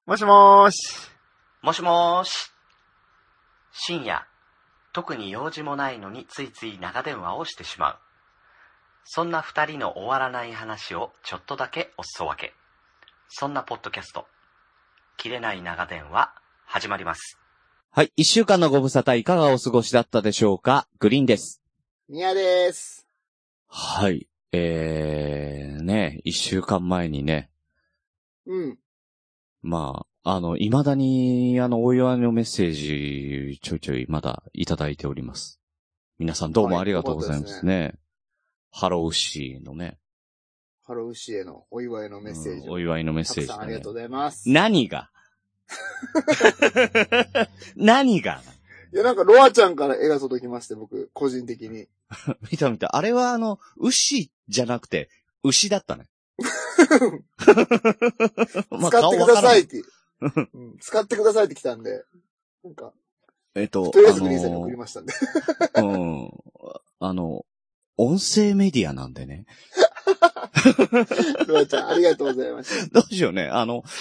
もしもーし。 もしもーし。深夜、特に用事もないのについつい長電話をしてしまう。そんな二人の終わらない話をちょっとだけおすそ分け。そんなポッドキャスト、切れない長電話、始まります。 はい。一週間のご無沙汰いかがお過ごしだったでしょうか？グリーンです。 ミヤです。 はい。一週間前にね。 うん。 まあ、未だに、お祝いのメッセージ、ちょいちょいまだいただいております。皆さんどうもありがとうございますね。ハローウッシーのね。 ハローウッシーへのお祝いのメッセージ、 お祝いのメッセージ、ね。 たくさんありがとうございます。 何が何がいや、なんかロアちゃんから絵が届きまして、僕、個人的に。 見た。あれはウッシーじゃなくて、牛だったね。 まあ、使ってくださいって、使ってくださいって来たんで、なんか、とりあえずグリーンさんに送りましたんで。 音声メディアなんでね。 ロアちゃん、ありがとうございました。 どうしようね。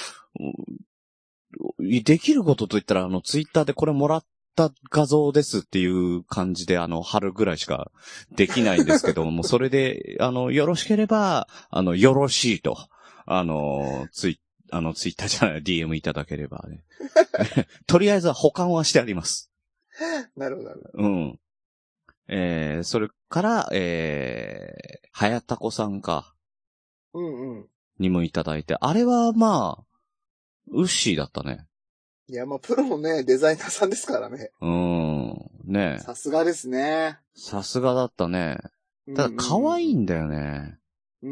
できることといったら、ツイッターでこれもらった画像ですっていう感じで、貼るぐらいしかできないんですけども、それで、よろしければ、よろしいと、ツイッターじゃない、DM いただければね。とりあえずは保管はしてあります。 なるほど。 うん。それから、はやたこさんか。 うんうん。 にもいただいて、あれはまあ、ウッシーだったね。 いや、まあ、プロのね、デザイナーさんですからね。 ね。 さすがですね。 さすがだったね。ただ、可愛いんだよね。 うん。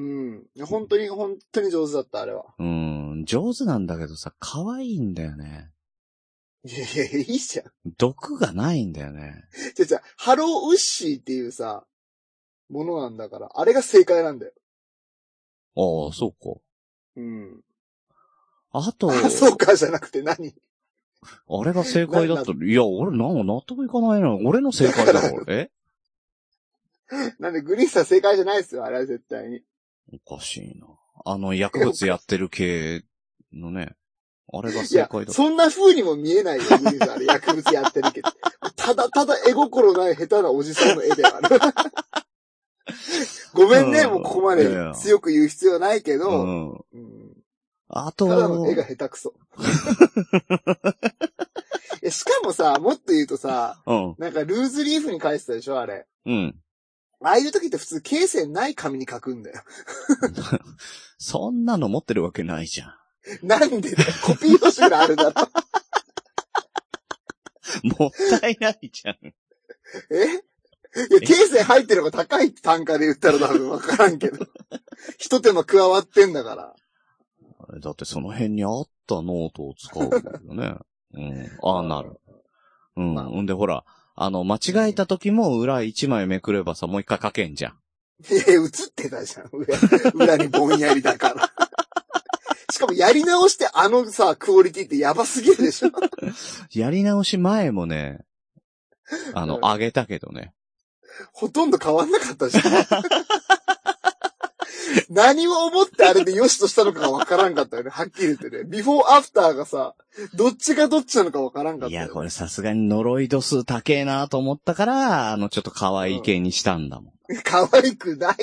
本当に上手だった、あれは。 上手なんだけどさ、可愛いんだよね。 いやいや、いいじゃん。 毒がないんだよね。 ハローウッシーっていうさ、ものなんだから、あれが正解なんだよ。 ああ、そうか。 うん。 あと、 そうかじゃなくて何？ あれが正解だったら、いや、俺なんか納得いかないな。俺の正解だろ、え？ なんでグリーンさん正解じゃないですよ、あれは絶対に。 おかしいな。薬物やってる系のね。あれが正解だ。いや、 そんな風にも見えないよ、グリーンさん。あれ薬物やってるけど。ただ絵心ない下手なおじさんの絵である。ごめんね、もうここまで強く言う必要ないけど。 あと、 ただの絵が下手くそ。しかもさ、もっと言うとさ、なんかルーズリーフに書いてたでしょ、あれ。ああいう時って普通、罫線ない紙に書くんだよ。 そんなの持ってるわけないじゃん。 なんでだよ、コピー用紙があるだろ。 もったいないじゃん。 いや、罫線入ってるのが高い単価で言ったら多分わからんけど。一手間加わってんだから。 だってその辺にあったノートを使うよね。ああ、なる。んでほら、間違えた時も裏一枚めくればさ、もう一回書けんじゃん。 いや、映ってたじゃん。裏にぼんやりだから。しかもやり直してさ、クオリティってやばすぎるでしょ。 やり直し前もね、あげたけどね。 ほとんど変わんなかったじゃん。何を思ってあれで良しとしたのかがわからんかったよね。はっきり言ってね。ビフォーアフターがさ、どっちがどっちなのかわからんかったよ、ね。 いや、これさすがに呪い度数高えなと思ったから、ちょっと可愛い系にしたんだもん。 可愛くない。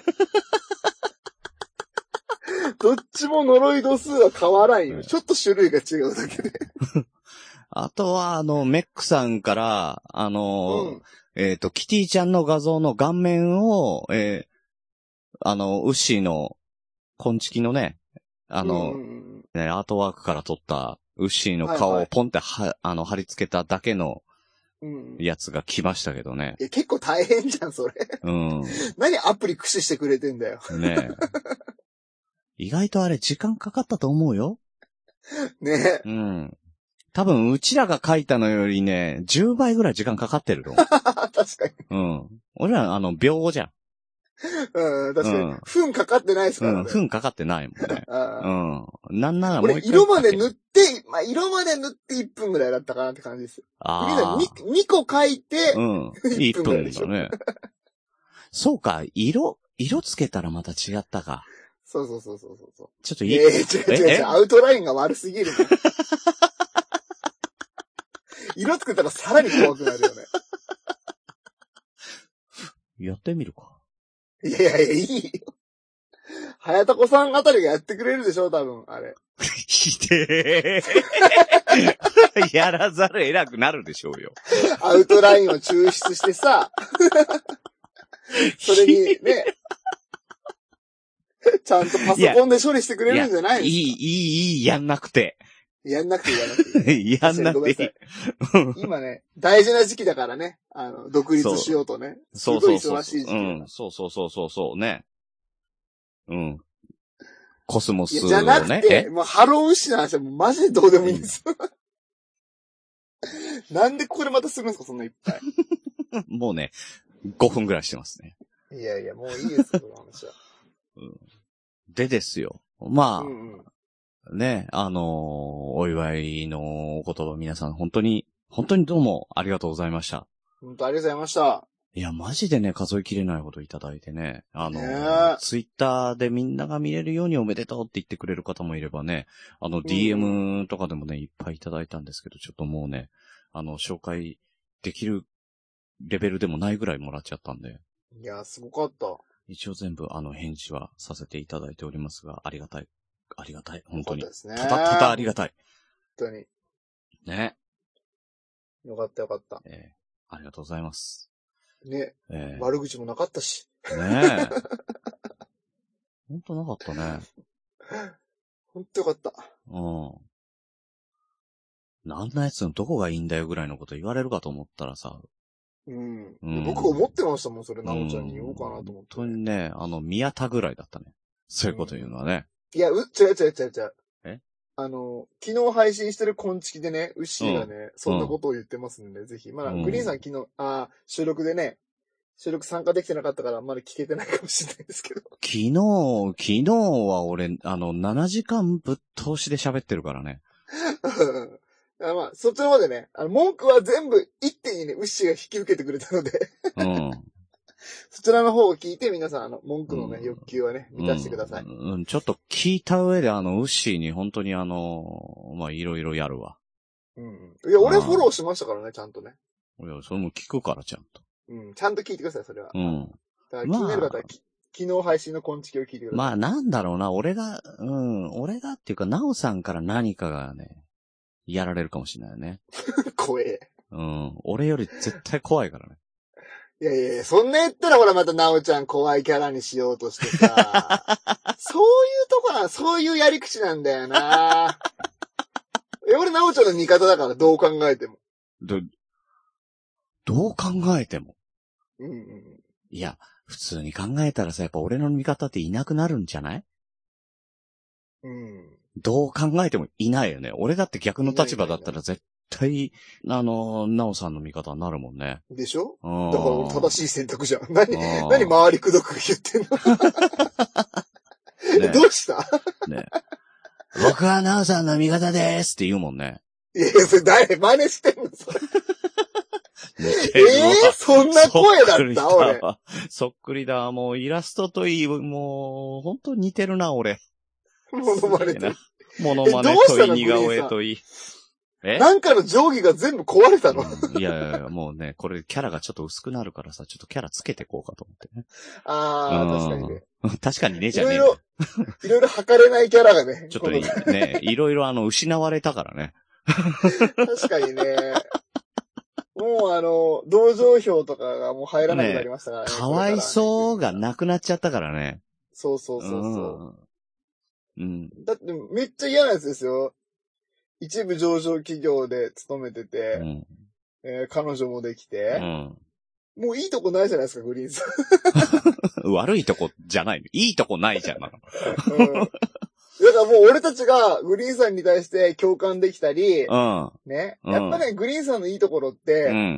どっちも呪い度数は変わらんよ。ちょっと種類が違うだけで。 あとは、メックさんから、キティちゃんの画像の顔面を、ウッシーの、コンチキのね、アートワークから撮った、ウッシーの顔をポンって貼り付けただけの、やつが来ましたけどね。 いや、結構大変じゃん、それ。何アプリ駆使してくれてんだよ。 ねえ。意外とあれ時間かかったと思うよ。 ねえ。多分、うちらが書いたのよりね、10倍ぐらい時間かかってるの。 確かに。俺ら、秒じゃん。 確かに。糞かかってないですからね。 糞かかってないもんね。なんならもう一回。 色まで塗って1分ぐらいだったかなって感じですよ。2個書いて、1分ぐらいでしょ。 だね。そうか、色つけたらまた違ったか。 そうそうそうそうそう。 ちょっといい違う、アウトラインが悪すぎるの。色作ったらさらに怖くなるよね。 やってみるか。 いや、いいよ。はやたこさんあたりがやってくれるでしょ、多分、あれ。 ひでー。やらざる偉くなるでしょうよ。 アウトラインを抽出してさ、それにね、ちゃんとパソコンで処理してくれるんじゃないですか。 いい、やんなくて。 やんなくていい。 やんなくていい。 今ね、大事な時期だからね、独立しようとね。すごい忙しい時期。 そうね。うん。コスモスをね。 じゃなくて、もうハローウッシーの話はもうマジでどうでもいいんですよ。なんでここでまたするんですか、そんないっぱい。 もうね、5分ぐらいしてますね。 いや、もういいですよ、この話は。 でですよ。まあ、ね、お祝いのお言葉皆さん本当にどうもありがとうございました。 本当ありがとうございました。 いや、マジでね、数えきれないほどいただいてね。ツイッターでみんなが見れるようにおめでとうって言ってくれる方もいればね、DM とかでもね、いっぱいいただいたんですけど、ちょっともうね、紹介できるレベルでもないぐらいもらっちゃったんで。 いや、すごかった。 一応全部返事はさせていただいておりますが、ありがたい。本当に。 よかったですね。 ただありがたい。 本当に。 ね。 よかった。 ありがとうございます。 ね。悪口もなかったし。 ねえ。ほんとなかったね。 ほんとよかった。 なんなやつのどこがいいんだよぐらいのこと言われるかと思ったらさ。 僕思ってましたもん、それ、なおちゃんに言おうかなと思って。 本当にね、宮田ぐらいだったね。そういうこと言うのはね。 いや、違う。 え？ 昨日配信してるコンチキでね、ウッシーがね、そんなことを言ってますんで、ぜひ。まあ、グリーンさん昨日、収録参加できてなかったから、まだ聞けてないかもしれないですけど。 昨日は俺、7時間ぶっ通しで喋ってるからね。 まあ、そっちの方でね、文句は全部一手にね、ウッシーが引き受けてくれたので。そちらの方を聞いて皆さん、文句のね、欲求はね、満たしてください。 ちょっと聞いた上で、ウッシーに本当にまあ、いろいろやるわ。 いや、俺フォローしましたからね、ちゃんとね。 いや、それも聞くから、ちゃんと。 ちゃんと聞いてください、それは。だから気になる方は、昨日配信のコンチキを聞いてください。 まあ、なんだろうな、俺がっていうか、ナオさんから何かがね、やられるかもしれないよね。 怖え。 俺より絶対怖いからね。 いや、そんな言ったらほらまたナオちゃん怖いキャラにしようとしてさ。そういうとこな、そういうやり口なんだよな。俺ナオちゃんの味方だから、どう考えても。 どう考えても。いや、普通に考えたらさ、やっぱ俺の味方っていなくなるんじゃない？どう考えてもいないよね。俺だって逆の立場だったら絶対、ナオさんの味方になるもんね。 でしょ？だから俺正しい選択じゃん。何周りくどく言ってんの？ね、どうしたね。僕はナオさんの味方ですって言うもんね。 いや、それ真似してんのそれ。そんな声だった俺。 そっくりだ。もうイラストといい、もう、ほんと似てるな、俺。 モノマネといい。 モノマネといい、似顔絵といい。 なんかの定規が全部壊れたの？ いや、もうね、これキャラがちょっと薄くなるからさ、ちょっとキャラつけてこうかと思ってね。 確かにね。 確かにね、じゃねえ。 いろいろ測れないキャラがね。 ちょっとね、いろいろ失われたからね。 確かにね。もう同情票とかがもう入らなくなりましたからね。 かわいそうがなくなっちゃったからね。 そう。だってめっちゃ嫌なやつですよ。一部上場企業で勤めてて、彼女もできて、もういいとこないじゃないですか、グリーンさん。悪いとこじゃない。いいとこないじゃん。だからもう俺たちがグリーンさんに対して共感できたり、ね。やっぱね、グリーンさんのいいところって、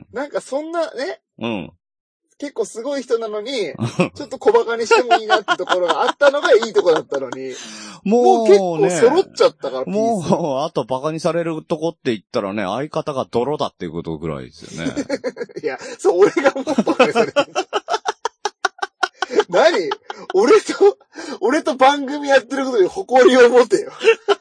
なんかそんなね、結構すごい人なのに、ちょっと小馬鹿にしてもいいなってところがあったのがいいとこだったのに、もう結構揃っちゃったから、 もう、あと馬鹿にされるとこって言ったらね、相方が泥だっていうことぐらいですよね。 いや、俺がもう馬鹿にされてる。 何俺と番組やってることに誇りを持てよ。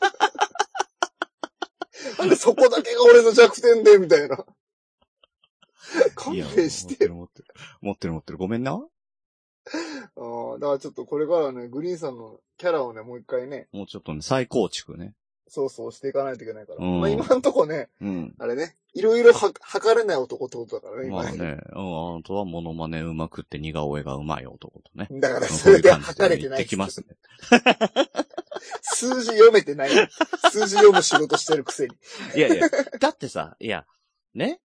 なんでそこだけが俺の弱点で、みたいな。勘弁してよ。 持ってる。ごめんな。 だからちょっとこれからね、グリーンさんのキャラをね、もう一回ね。 もうちょっとね、再構築ね。 そうしていかないといけないから。 まあ今んとこね、あれね、いろいろ測れない男ってことだからね、今ね。 まあね、あとはモノマネうまくって似顔絵がうまい男とね。 だからそれで測れてない。 できますね。 数字読めてない。数字読む仕事してるくせに。 いや、だってさ、ね、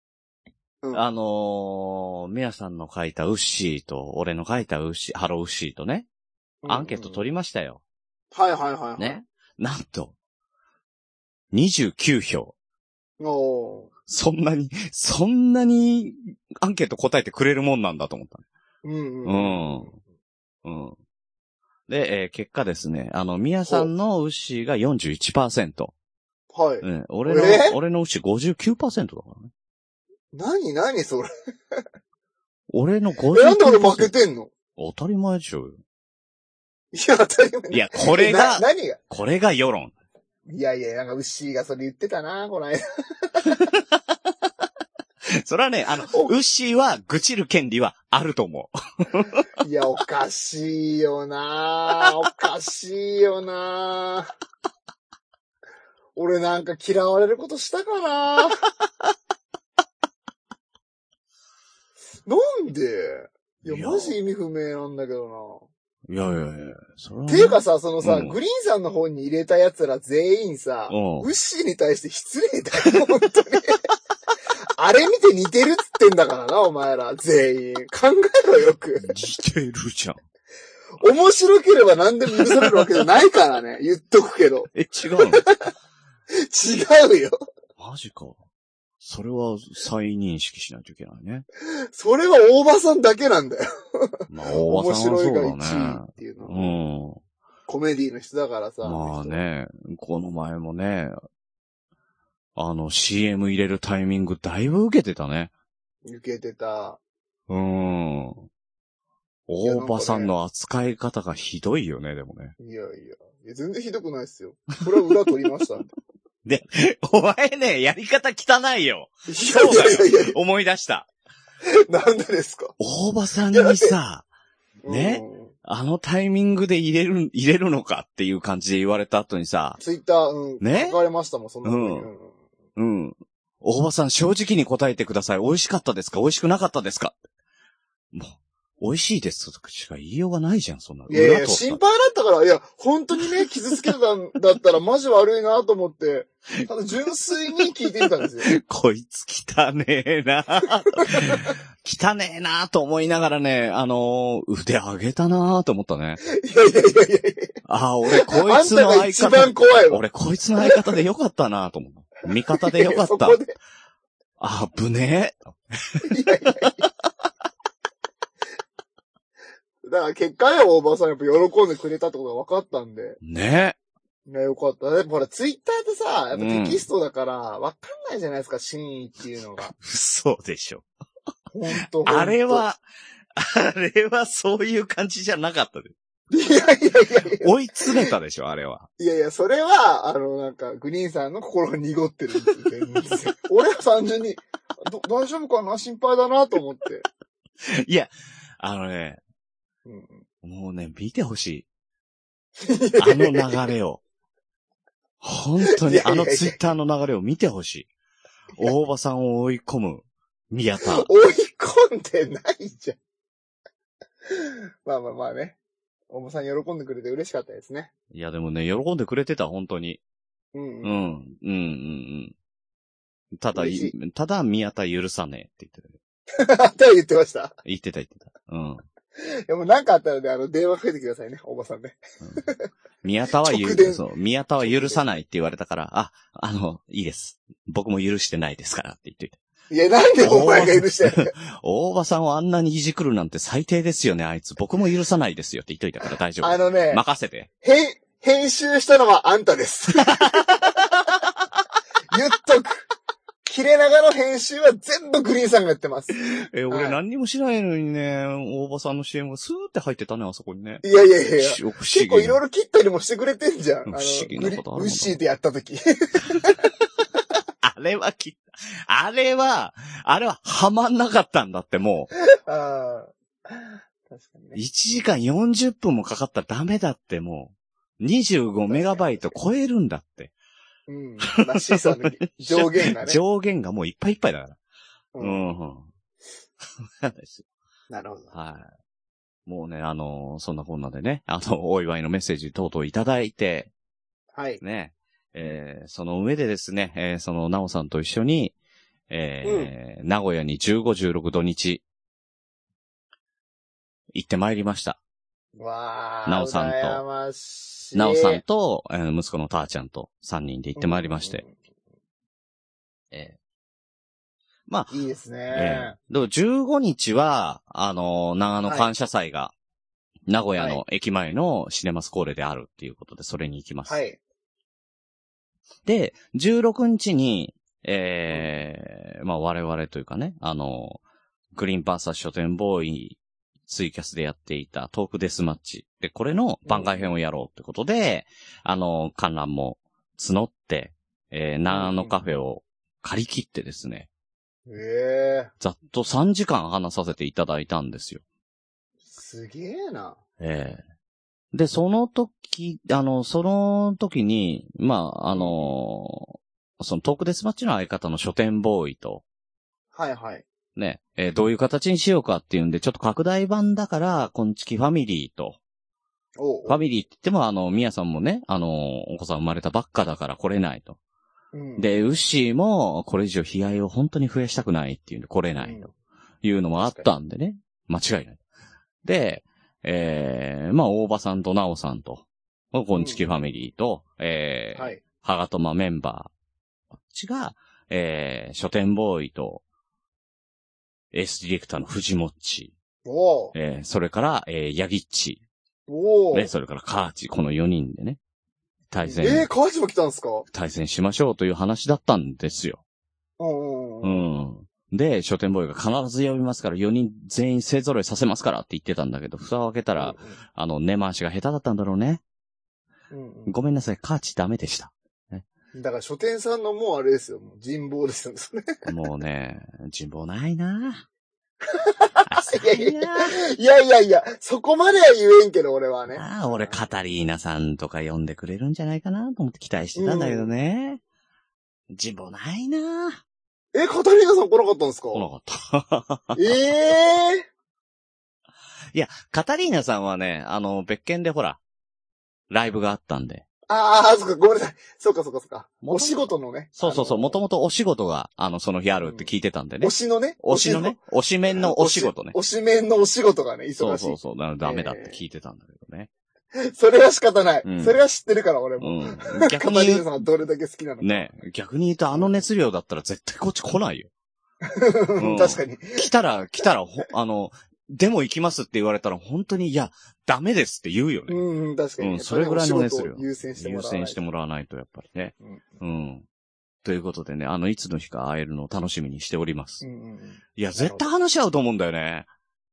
みやさんの書いたウッシーと、俺の書いたハローウッシーとね、アンケート取りましたよ。 はい。 ね。なんと、29票。そんなにアンケート答えてくれるもんなんだと思った。で、結果ですね、みやさんのウッシーが 41%。 はい。 俺のウッシー 59% だからね。 何それ。 俺の 59%。 なんで俺負けてんの？ 当たり前でしょ。 いや、当たり前。 いや、これが、 何がこれが世論。 いや、なんかウッシーがそれ言ってたな、この間。 それはね、ウッシーは愚痴る権利はあると思う。いや、おかしいよな。俺なんか嫌われることしたかな。なんで？いや、マジ意味不明なんだけどな。 いや。それはね、 っていうかさ、そのさ、グリーンさんの方に入れた奴ら全員さ、ウッシーに対して失礼だよ、本当に。あれ見て似てるっつってんだからな、お前ら、全員。考えろよく。 似てるじゃん。 面白ければ何でも許されるわけじゃないからね、言っとくけど。 違うの？ 違うよ。 マジか。それは再認識しないといけないね。 それは大場さんだけなんだよ。 まあ、大場さんはそうだね。 面白いが1位っていうの。コメディの人だからさ。 まあね、この前もね、CM 入れるタイミングだいぶ受けてたね。 受けてた。 大場さんの扱い方がひどいよね、でもね。 いや、全然ひどくないっすよ。これは裏取りましたんで。 で、お前ね、やり方汚いよ。そうだよ。思い出した。 なんでですか？ 大場さんにさ、ね、タイミングで入れるのかっていう感じで言われた後にさ、 ツイッター、ね、書かれましたもん、そんなに。大場さん正直に答えてください。美味しかったですか？美味しくなかったですか？もう、美味しいですとしか言いようがないじゃん、そんな。 いや、心配だったから、本当にね、傷つけたんだったらマジ悪いなと思って、ただ純粋に聞いてみたんですよ。こいつ汚ねえな汚ねえなと思いながらね、腕上げたなと思ったね。いや。俺こいつの相方。 一番怖いわ。 俺こいつの相方でよかったなと思った。味方でよかった。ぶねえ。いや。 だから結果ね、大場さんやっぱ喜んでくれたってことが分かったんで。 ね。 ね、よかった。でもほら、ツイッターってさ、やっぱテキストだから、分かんないじゃないですか、真意っていうのが。 そうでしょ。 ほんと。 あれはそういう感じじゃなかったで。 いや。 追い詰めたでしょ、あれは。 いや、それは、なんか、グリーンさんの心が濁ってるんですよ。俺は単純に、大丈夫かな？心配だなと思って。 いや、もうね、見てほしい。あの流れを。本当にツイッターの流れを見てほしい。大場さんを追い込む宮田。 追い込んでないじゃん。まあね。大場さん喜んでくれて嬉しかったですね。 いやでもね、喜んでくれてた、本当に。ただ宮田許さねえって言ってた。 言ってました。 言ってた。 でもなんかあったらね、電話かけてくださいね、大場さんね。 宮田は許さないって言われたから、いいです。僕も許してないですからって言って。 いや、なんでお前が許してない大場さんをあんなにいじくるなんて最低ですよね、あいつ。僕も許さないですよって言っといたから大丈夫。任せて。 編集したのはあんたです。言っとく。切れ長の編集は全部グリーンさんがやってます。 俺何にもしないのにね、大場さんの CM がスーって入ってたね、あそこにね。 いや。結構いろいろ切ったりもしてくれてんじゃん。 不思議なことあるもん。 ウッシーでやった時。 あれはハマんなかったんだって、もう。 ああ。確かにね。 1時間40分もかかったらダメだって、もう。25メガバイト超えるんだって。 うん。らしいさの上限がね。 上限がもういっぱいいっぱいだから。 うん。 なるほど。 はい。もうね、そんなこんなでね、お祝いのメッセージ等々いただいて、 はい。 ね、その上でですね、その、なおさんと一緒に、名古屋に15、16土日、行ってまいりました。 わー。 なおさんと、なおさんと、息子のたーちゃんと3人で行ってまいりまして。まあ。 いいですね。 15日は、長野感謝祭が、名古屋の駅前のシネマスコーレであるっていうことで、それに行きます。 はい。 で、16日に、まあ我々というかね、グリーンパンサー書店ボーイツイキャスでやっていたトークデスマッチ。で、これの番外編をやろうってことで、観覧も募って、長野カフェを借り切ってですね。ざっと3時間話させていただいたんですよ。 すげえな。 で、その時に、まあ、そのトークデスマッチの相方の書店ボーイと、 はいはい。 ね、どういう形にしようかっていうんで、ちょっと拡大版だから、こんちきファミリーと、ファミリーって言っても、みやさんもね、お子さん生まれたばっかだから来れないと。で、ウッシーも、これ以上悲哀を本当に増やしたくないっていうんで来れないというのもあったんでね。間違いない。で、まあ、大場さんとなおさんと、こんちきファミリーと、はがとまメンバー、こっちが、書店ボーイと、エースディレクターの藤もっち、それから、ヤギッチ、それからカーチ、この4人でね、対戦。 カーチも来たんですか？ 対戦しましょうという話だったんですよ。で、書店ボーイが必ず呼びますから4人全員勢揃いさせますからって言ってたんだけど、蓋を開けたら、根回しが下手だったんだろうね。ごめんなさい、カーチダメでした。 だから書店さんのもうあれですよ、もう人望ですよね、それ。 もうね、人望ないないや、そこまでは言えんけど、俺はね。 俺、カタリーナさんとか呼んでくれるんじゃないかなと思って期待してたんだけどね。人望ないなカタリーナさん来なかったんですか？ 来なかった。いや、カタリーナさんはね、別件でほら、ライブがあったんで。 そっか、ごめんなさい。そうか。お仕事のね。 そう。もともとお仕事が、その日あるって聞いてたんでね。 推しのね。 推し面のお仕事ね。 推し面のお仕事がね、忙しい。 そう。だからダメだって聞いてたんだけどね。 それは仕方ない。それは知ってるから、俺も。 逆に言う。 さんがどれだけ好きなのか。 ね、逆に言うと熱量だったら絶対こっち来ないよ。 確かに。 来たら、でも行きますって言われたら本当に、いや、ダメですって言うよね。 確かに。 それぐらいの熱量。 優先してもらわないと、やっぱりね。ということでね、いつの日か会えるのを楽しみにしております。いや、絶対話し合うと思うんだよね。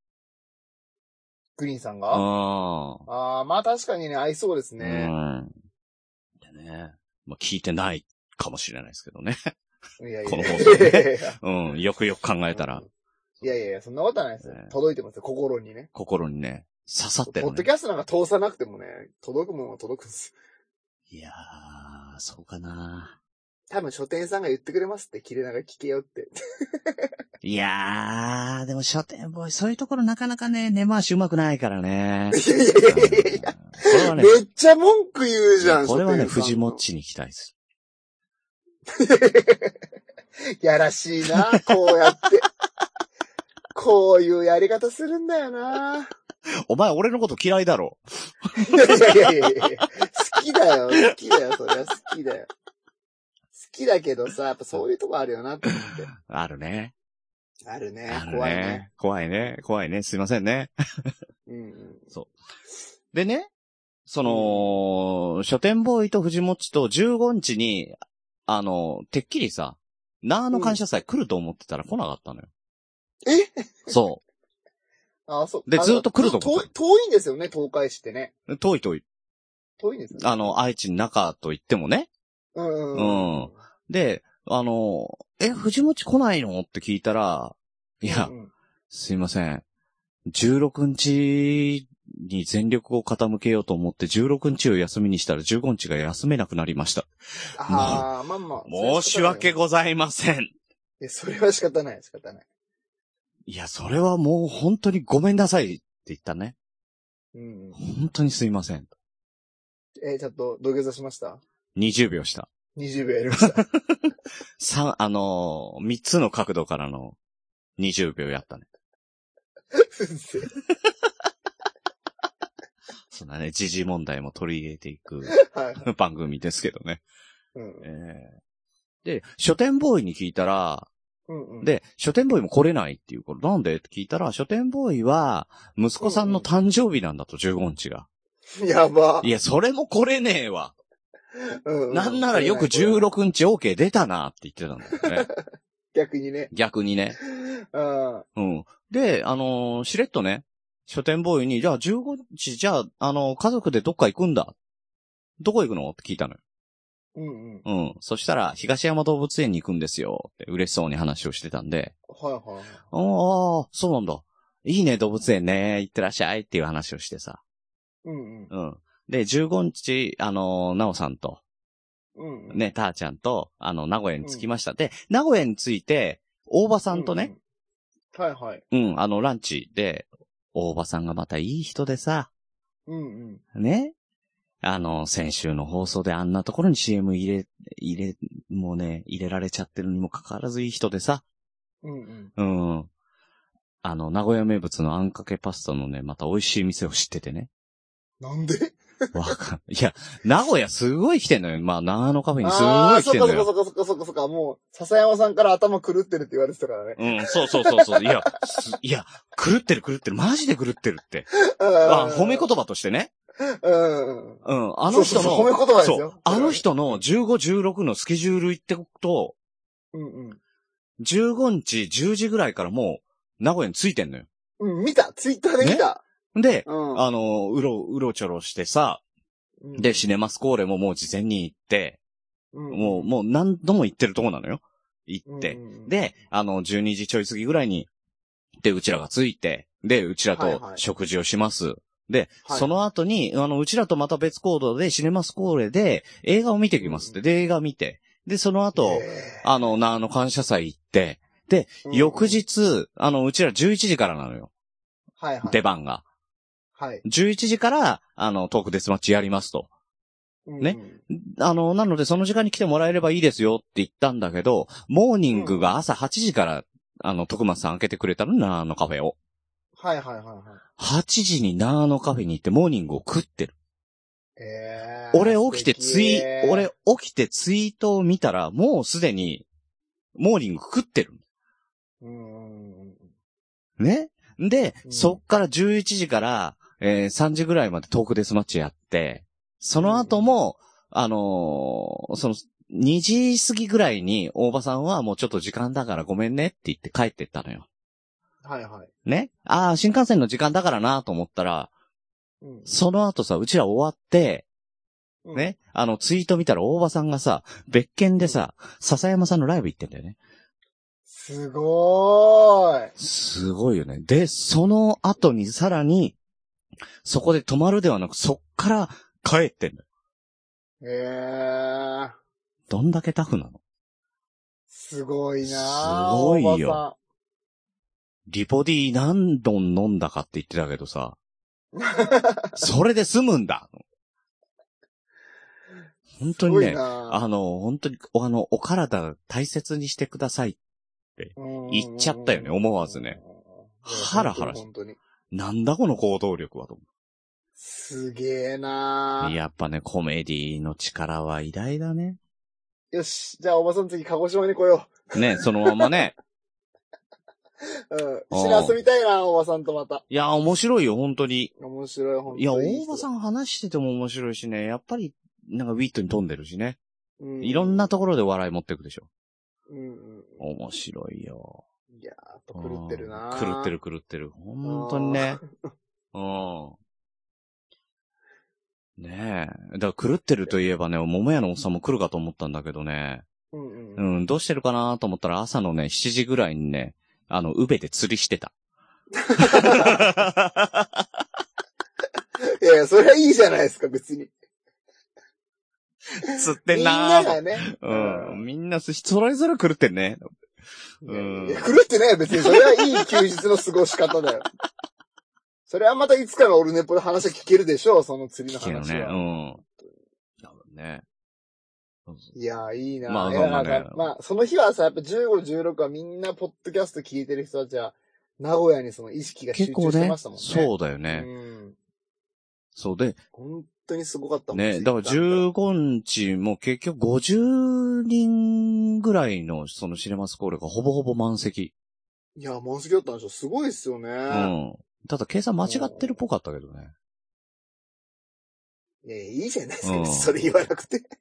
グリーンさんがまあ確かにね、合いそうですね。 でね、まあ聞いてないかもしれないですけどね。 いやこの放送ね。よくよく考えたら。 いや、そんなことはないですよ。届いてますよ、心にね。 心にね、刺さってる、ね。 ポッドキャストなんか通さなくてもね、届くものは届くんです。 いやー、そうかな。 多分書店さんが言ってくれますって、切れ長聞けよって。 いやー、でも書店ボーイ、そういうところなかなかね、根回しうまくないからね。 いや、めっちゃ文句言うじゃん、 これはね、藤もっちに期待する。やらしいな、こうやって。こういうやり方するんだよな。 お前俺のこと嫌いだろ。 いや。好きだよ、そりゃ好きだよ。好きだけどさ、やっぱそういうとこあるよなと思って。 あるね。怖いね。すいませんね。そう。でね、書店ボーイと藤もっちと15日に、てっきりさ、 なーの感謝祭来ると思ってたら来なかったのよ。そう。 あ、そう。 で、ずっと来ると思った。 遠いんですよね、東海市ってね。 遠い。遠いですね。 愛知の中と言ってもね。うん。で、藤持来ないのって聞いたら、いや、すいません。16日に全力を傾けようと思って16日を休みにしたら15日が休めなくなりました。 まあ。 申し訳ございません。 それは仕方ない。 いや、それはもう本当にごめんなさいって言ったね。本当にすいません。 ちゃんと土下座しました？ 20 秒した。 20秒やりました。 3つの角度からの20秒やったね。そんなね、時事問題も取り入れていく番組ですけどね。で、書店ボーイに聞いたら、で、書店ボーイも来れないっていうこと。なんでって聞いたら、書店ボーイは、息子さんの誕生日なんだと、15日が。 やば。 いや、それも来れねえわ。なんならよく16日 OK 出たなって言ってたんだよね。 逆にね。 で、しれっとね、書店ボーイに、じゃあ15日、じゃあ、家族でどっか行くんだ。どこ行くのって聞いたのよ。そしたら、東山動物園に行くんですよ。って嬉しそうに話をしてたんで。そうなんだ。いいね、動物園ね。行ってらっしゃいっていう話をしてさ。で、15日、なおさんと、ね、たーちゃんと、名古屋に着きました。で、名古屋に着いて、大場さんとね、ランチで、大場さんがまたいい人でさ、ね、先週の放送であんなところに CM 入れられちゃってるにもかかわらずいい人でさ、名古屋名物のあんかけパスタのね、また美味しい店を知っててね。 なんでいや、名古屋すごい来てんのよ。まあ、長野カフェにすごい来てんのよ。 そっか。もう、笹山さんから頭狂ってるって言われてたからね。 そう。いや、狂ってる。マジで狂ってるって。褒め言葉としてね。あの人の、 褒め言葉ですよ。 あの人の15、16のスケジュール言っておくと、15日10時ぐらいからもう、名古屋に着いてんのよ。 見た。ツイッターで見た。 で、うろちょろしてさ、で、シネマスコーレももう事前に行って、もう何度も行ってるとこなのよ。行って。で、12時ちょい過ぎぐらいに、で、うちらが着いて、で、うちらと食事をします。で、その後に、うちらとまた別行動でシネマスコーレで映画を見てきますって。で、映画見て。で、その後、感謝祭行って、で、翌日、うちら11時からなのよ。出番が。11時から、トークデスマッチやりますと。ね。なので、その時間に来てもらえればいいですよって言ったんだけど、モーニングが朝8時から、徳松さん開けてくれたの、カフェを。8時にカフェに行ってモーニングを食ってる。俺起きてツイートを見たら、もうすでに、モーニング食ってる。ね。で、そっから11時から、3時ぐらいまでトークデスマッチやって、その後も、2時過ぎぐらいに大場さんはもうちょっと時間だからごめんねって言って帰ってったのよ。ね。新幹線の時間だからなと思ったら、その後さ、うちら終わって、ね。ツイート見たら大場さんがさ、別件でさ、笹山さんのライブ行ってんだよね。 すごーい。 すごいよね。で、その後にさらに、そこで泊まるではなく、そっから帰ってんだよ。どんだけタフなの？ すごいなぁ。 すごいよ。リポディ何度飲んだかって言ってたけどさ、それで済むんだ。本当にね、本当に、お体大切にしてくださいって言っちゃったよね、思わずね。ハラハラして。なんだこの行動力はと思う。 すげえなぁ。 やっぱね、コメディの力は偉大だね。 よし、じゃあおばさん次鹿児島に来よう。ね、そのままね。 一緒に遊びたいな、おばさんとまた。 いや、面白いよ、本当に。 面白い、本当に。 いや、大場さん話してても面白いしね、やっぱり、なんかウィットに富んでるしね。いろんなところで笑い持ってくでしょ。 面白いよ。 いやー、狂ってるな。 狂ってる。本当にね。ねえ。だから狂ってるといえばね、桃屋のおっさんも来るかと思ったんだけどね。どうしてるかなと思ったら朝のね、7時ぐらいにね、宇部で釣りしてた。 いやいや、それはいいじゃないですか、別に。 釣ってんなー。 みんながね。 みんなそれぞれ狂ってんね。 いや、狂ってないよ、別に。それはいい休日の過ごし方だよ。それはまたいつかのオルネポで話は聞けるでしょう、その釣りの話は。 聞けるね。多分ね。 いや、いいな。 まあ、その日はさ、やっぱ15、16はみんなポッドキャスト聞いてる人たちは、名古屋にその意識が集中してましたもんね。 そうだよね。そうで。 本当にすごかったもんね。だから15日も結局50人ぐらいのそのシネマスコールがほぼほぼ満席。 いや、満席だったんでしょ。すごいっすよね。 ただ計算間違ってるっぽかったけどね。 いや、いいじゃないですか、それ言わなくて。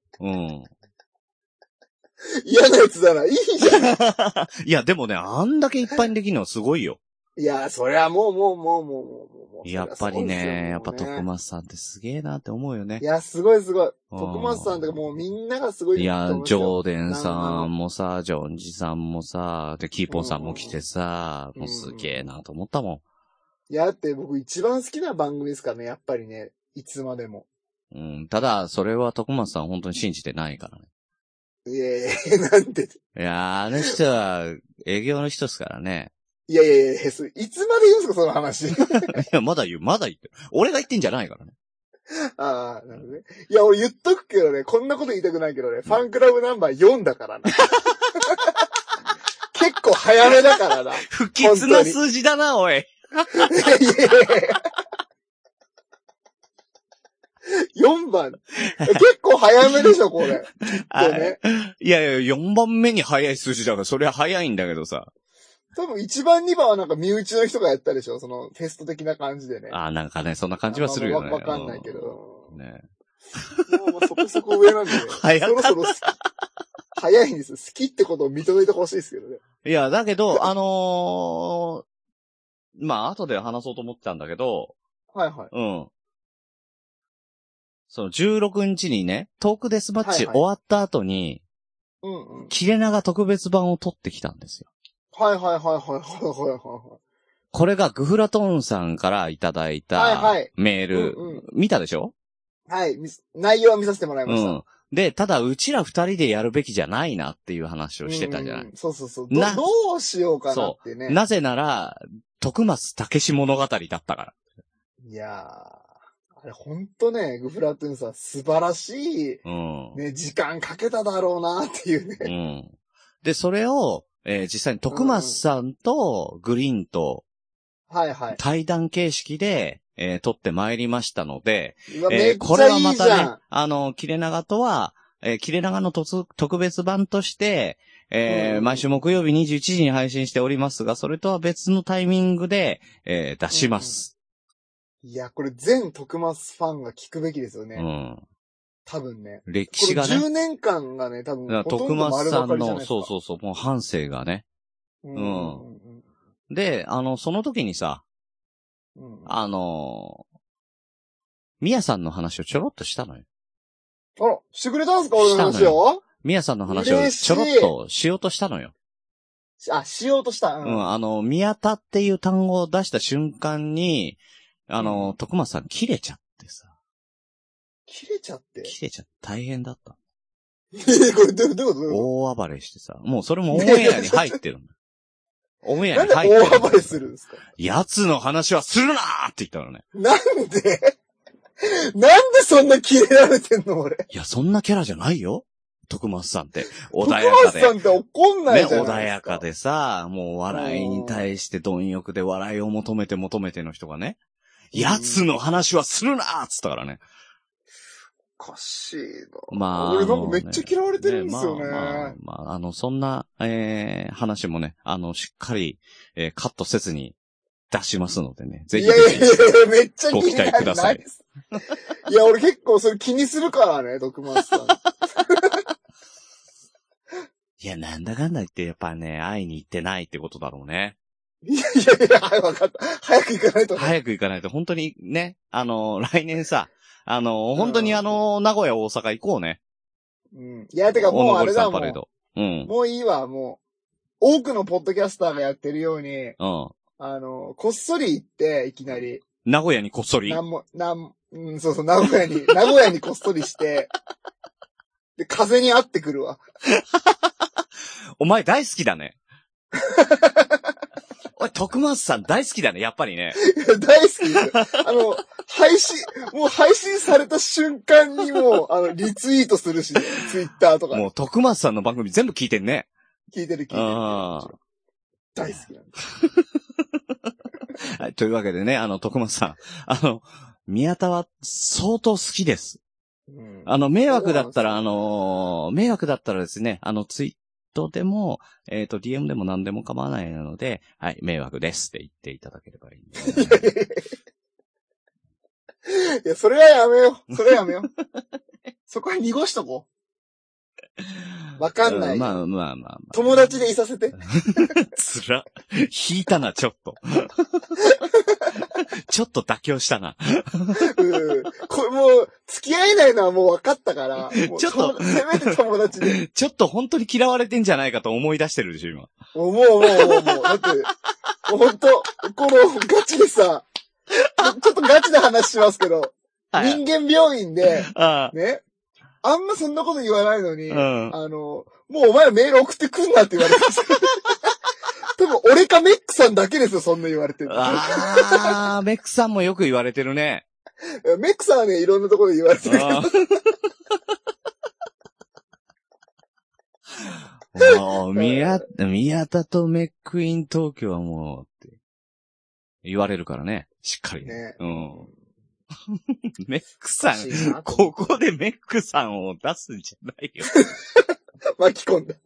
嫌なやつだな。いいじゃん。 いや、でもね、あんだけいっぱいにできるのはすごいよ。 いや、そりゃもう。やっぱりね、やっぱ徳松さんってすげえなって思うよね。 いや、すごい。徳松さんとかもうみんながすごい。 いや、ジョーデンさんもさ、ジョンジさんもさ、で、キーポンさんも来てさ、もうすげえなと思ったもん。 いや、だって僕一番好きな番組ですからね、やっぱりね、いつまでも。 ただ、それは徳松さん本当に信じてないからね。 なんで。 いや、あの人は営業の人ですからね。 いつまで言うんすか、その話。いや、まだ言って。俺が言ってんじゃないからね。 ああ、なるほどね。いや、俺言っとくけどね、こんなこと言いたくないけどね、ファンクラブナンバー4だからな。結構早めだからな。 不吉な数字だな、おい。 4番。結構早めでしょ、これ。 いや、4番目に早い数字だから、それは早いんだけどさ。 多分1番2番はなんか身内の人がやったでしょ、そのテスト的な感じでね。 なんかね、そんな感じはするよね。 わかんないけど。 ね。 もうそこそこ上なんで、ね。そろそろ早いんですよ。好きってことを認めてほしいですけどね。 いや、だけど、まあ、後で話そうと思ってたんだけど。 はいはい。 その16日にね、トークデスマッチ終わった後に、切れ長特別版を撮ってきたんですよ。 はい。 これがグフラトーンさんからいただいたメール、見たでしょ？ はい、内容は見させてもらいました。 で、ただうちら二人でやるべきじゃないなっていう話をしてたじゃない。 そう。どうしようかなってね。 なぜなら、徳松武史物語だったから。 いやー、あれほんとね、グフラトゥーンさん素晴らしい、ね、時間かけただろうなっていうね。 で、それを、実際に徳松さんとグリーンと、対談形式で、撮ってまいりましたので、これはまたね、切れ長とは、切れ長の特別版として、毎週木曜日21時に配信しておりますが、それとは別のタイミングで、出します。 いや、これ全徳松ファンが聞くべきですよね。多分ね。 歴史がね。 10年間がね、多分、 徳松さんの、そう、もう半生がね。で、その時にさ、ミヤさんの話をちょろっとしたのよ。 あら、してくれたんすか俺の話を？ ミヤさんの話をちょろっとしようとしたのよ。 しようとした。 宮田っていう単語を出した瞬間に、徳松さん切れちゃってさ。 切れちゃって大変だった。 これどういうこと大暴れしてさ。もうそれもオンエアに入ってるんだ。オンエアに入ってる。 なんで大暴れするんですか？ 奴の話はするなーって言ったのね。 なんでそんなキレられてんの俺。 いや、そんなキャラじゃないよ。徳松さんって。穏やかで。 徳松さんって怒んないじゃないですか。 ね、穏やかでさ、もう笑いに対して貪欲で笑いを求めての人がね。奴の話はするなーっつったからね。 おかしいな。 まあ。 俺なんかめっちゃ嫌われてるんですよね。 そんな、話もね、しっかり、カットせずに出しますのでね。ぜひ。いや、 めっちゃご期待ください。 いや、俺結構それ気にするからね、徳松さん。 いや、なんだかんだ言ってやっぱね、会いに行ってないってことだろうね。 いや、わかった。早く行かないと。 早く行かないと、本当にね、来年さ、本当に名古屋、大阪行こうね。 うん。いや、てかもうあれだもん。 うん。 もういいわ、もう。多くのポッドキャスターがやってるように、 うん。 こっそり行って、いきなり。 名古屋にこっそり。 そうそう、名古屋にこっそりして、で、風に会ってくるわ。 お前大好きだね。おい、徳松さん大好きだね、やっぱりね。 大好きですよ。配信された瞬間にもう、リツイートするし、ね、ツイッターとか。 もう徳松さんの番組全部聞いてんね。 聞いてる。大好きなんです。 はい、というわけでね、徳松さん、宮田は相当好きです。うん、迷惑だったらですね、ツイートでも、DM でも何でも構わないので、はい、迷惑ですって言っていただければいい。 いや、それはやめよう。そこは濁しとこう。わかんない。 まあ。 友達でいさせて。 つら。引いたな、ちょっと。ちょっと妥協したな。 これもう、付き合えないのはもう分かったから。 ちょっと、 せめて友達で。 ちょっと本当に嫌われてんじゃないかと思い出してるでしょ、今。 思う。だって、本当このガチでさ、ちょっとガチな話しますけど、人間病院で、ね、あんまそんなこと言わないのに、もうお前らメール送ってくんなって言われてます。多分俺かメックさんだけですよ、そんな言われてる。 メックさんもよく言われてるね。 メックさんはね、いろんなところで言われてるけど。 宮田とメックイン東京はもう、って言われるからね。しっかりね。うん。メックさん、ここでメックさんを出すんじゃないよ。 巻き込んだ。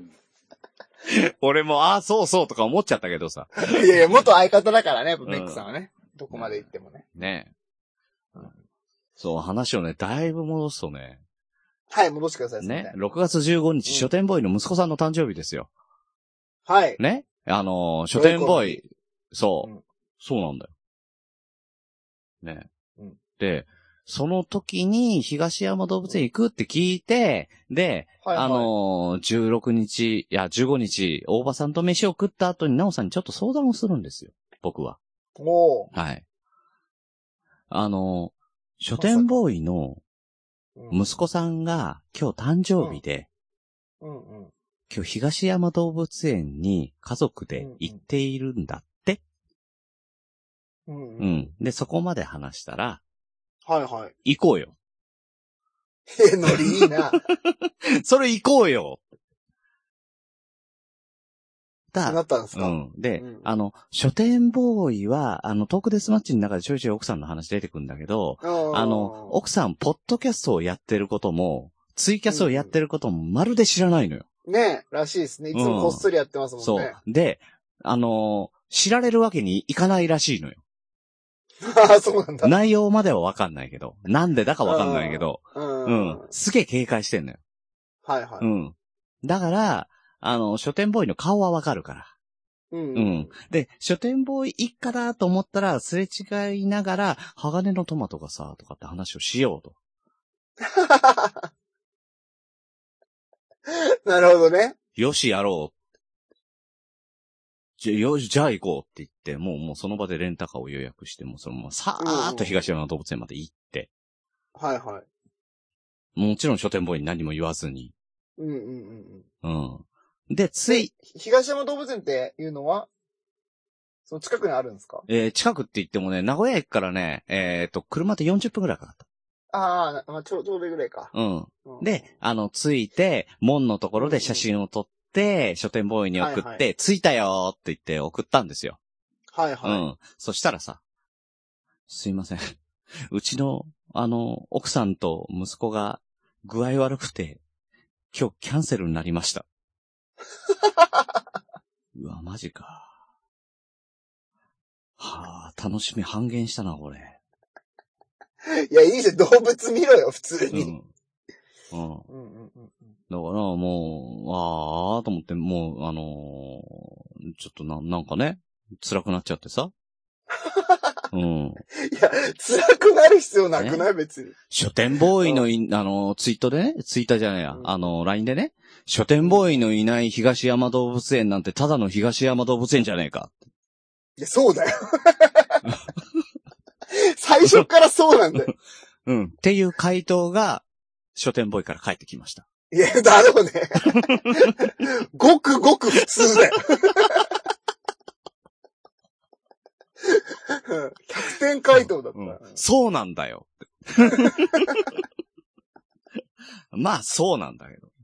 俺も、そうとか思っちゃったけどさ。 いや、元相方だからね、メックさんはね。どこまで行ってもね。 ねえ。そう、話をね、だいぶ戻すとね。 はい、戻してください。 ね。6月15日、書店ボーイの息子さんの誕生日ですよ。 はい。 ね。書店ボーイ、そう。そうなんだよ。ね。で、その時に東山動物園行くって聞いて、で、15日、大場さんと飯を食った後になおさんにちょっと相談をするんですよ。僕は。はい。書店ボーイの息子さんが今日誕生日で、今日東山動物園に家族で行っているんだって。で、そこまで話したら、行こうよ。 ノリいいな。 それ行こうよ。 なったんですか？ で、書店ボーイは、トークデスマッチの中でちょいちょい奥さんの話出てくるんだけど、奥さん、ポッドキャストをやってることも、ツイキャスをやってることもまるで知らないのよ。 ねえ、らしいですね。いつもこっそりやってますもんね。 そう。で、知られるわけにいかないらしいのよ。 そうなんだ。 内容まではわかんないけど、なんでだかわかんないけど、すげえ警戒してんのよ。だから、書店ボーイの顔はわかるから。で、書店ボーイ一家だと思ったら、すれ違いながら、鋼のトマトがさ、とかって話をしようと。 なるほどね。 よし、やろう。じゃあ行こうって言って、もうその場でレンタカーを予約して、もうそのままさーっと東山動物園まで行って。もちろん書店ボーイに何も言わずに。で、 東山動物園っていうのは、その近くにあるんですか？ 近くって言ってもね、名古屋駅からね、車で40分くらいかかった。 ちょうどぐらいか。 で、着いて、門のところで写真を撮って、書店ボーイに送って、着いたよって言って送ったんですよ。そしたらさ、すいません。うちの、奥さんと息子が具合悪くて、今日キャンセルになりました。うわ、マジか。楽しみ半減したな、これ。 いや、いいじゃん、動物見ろよ、普通に。 うん。だからもう、と思って、もう、ちょっとなんかね、辛くなっちゃってさ。うん。いや、辛くなる必要なくない、別に。 書店ボーイのツイートでね、ツイッターじゃないや、LINE でね、書店ボーイのいない東山動物園なんてただの東山動物園じゃねえか。 いや、そうだよ。最初からそうなんだよ。 うん。っていう回答が、書店ボーイから返ってきました。 いや、だろうね。ごくごく普通だよ。100点回答だった、 そうなんだよ。まあ、そうなんだけど。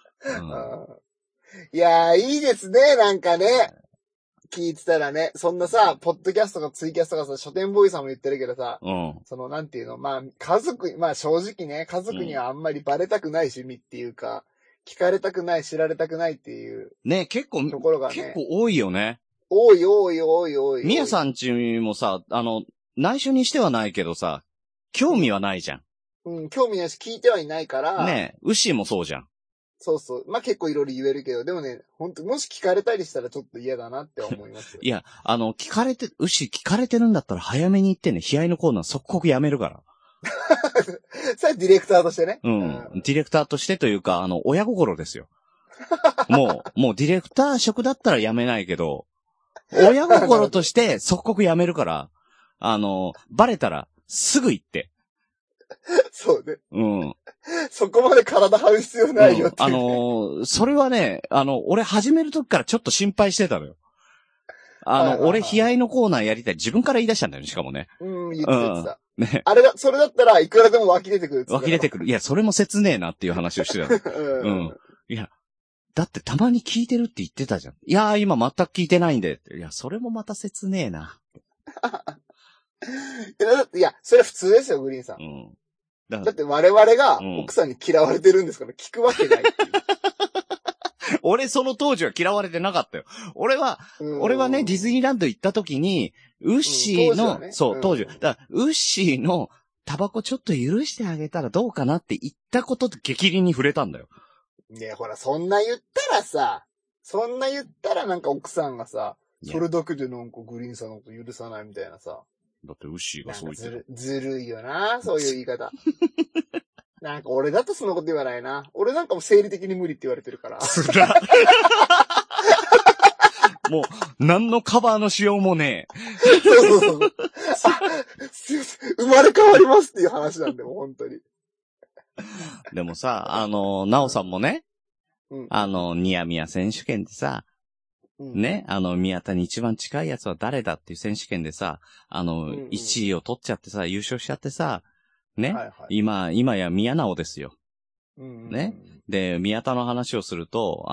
いやー、いいですね、なんかね。聞いてたらね、そんなさ、ポッドキャストとかツイキャストとかさ、書店ボーイさんも言ってるけどさ、なんていうの、まあ、正直ね、家族にはあんまりバレたくない趣味っていうか、聞かれたくない、知られたくないっていう。 ね、結構、 ところがね。 結構多いよね。 多い。 みやさんちもさ、内緒にしてはないけどさ、興味はないじゃん。 うん、興味ないし聞いてはいないから。 ねえ、ウッシーもそうじゃん。 そうそう。まあ、結構いろいろ言えるけど、でもね、本当もし聞かれたりしたらちょっと嫌だなって思いますよ。 いや、ウッシー聞かれてるんだったら早めに言ってね、悲哀のコーナー即刻やめるから。 それディレクターとしてね。 うん。ディレクターとしてというか、親心ですよ。もうディレクター職だったらやめないけど、親心として即刻やめるから、バレたらすぐ言って。 そうね。 うん。 そこまで体張る必要ないよって、 ね。それはね、俺始める時からちょっと心配してたのよ。俺悲哀のコーナーやりたい。自分から言い出したんだよね、しかもね。 言ってた。 ね。 それだったらいくらでも湧き出てくる。 湧き出てくる。いや、それも切ねえなっていう話をしてたの。いや、だってたまに聞いてるって言ってたじゃん。いやー、今全く聞いてないんで。いや、それもまた切ねえな。 いや、それは普通ですよ、グリーンさん。だって我々が奥さんに嫌われてるんですから、聞くわけないっていう。 俺その当時は嫌われてなかったよ。俺はね、ディズニーランド行った時に、ウッシーの、当時。だからウッシーのタバコちょっと許してあげたらどうかなって言ったことと激励に触れたんだよ。 ねえ、ほら、そんな言ったらなんか奥さんがさ、それだけでなんかグリーンさんのこと許さないみたいなさ。 だってウッシーがそう言ってる。 ずるいよな、そういう言い方。なんか俺だとそのこと言わないな。俺なんかも生理的に無理って言われてるから。 もう、何のカバーのしようもねえ。そう。すいません。生まれ変わりますっていう話なんで、もう本当に。 でもさ、なおさんもね、ニヤミヤ選手権でさ、ね、宮田に一番近いやつは誰だっていう選手権でさ、1位を取っちゃってさ、優勝しちゃってさ、ね、今や宮直ですよ。ね。で、宮田の話をすると、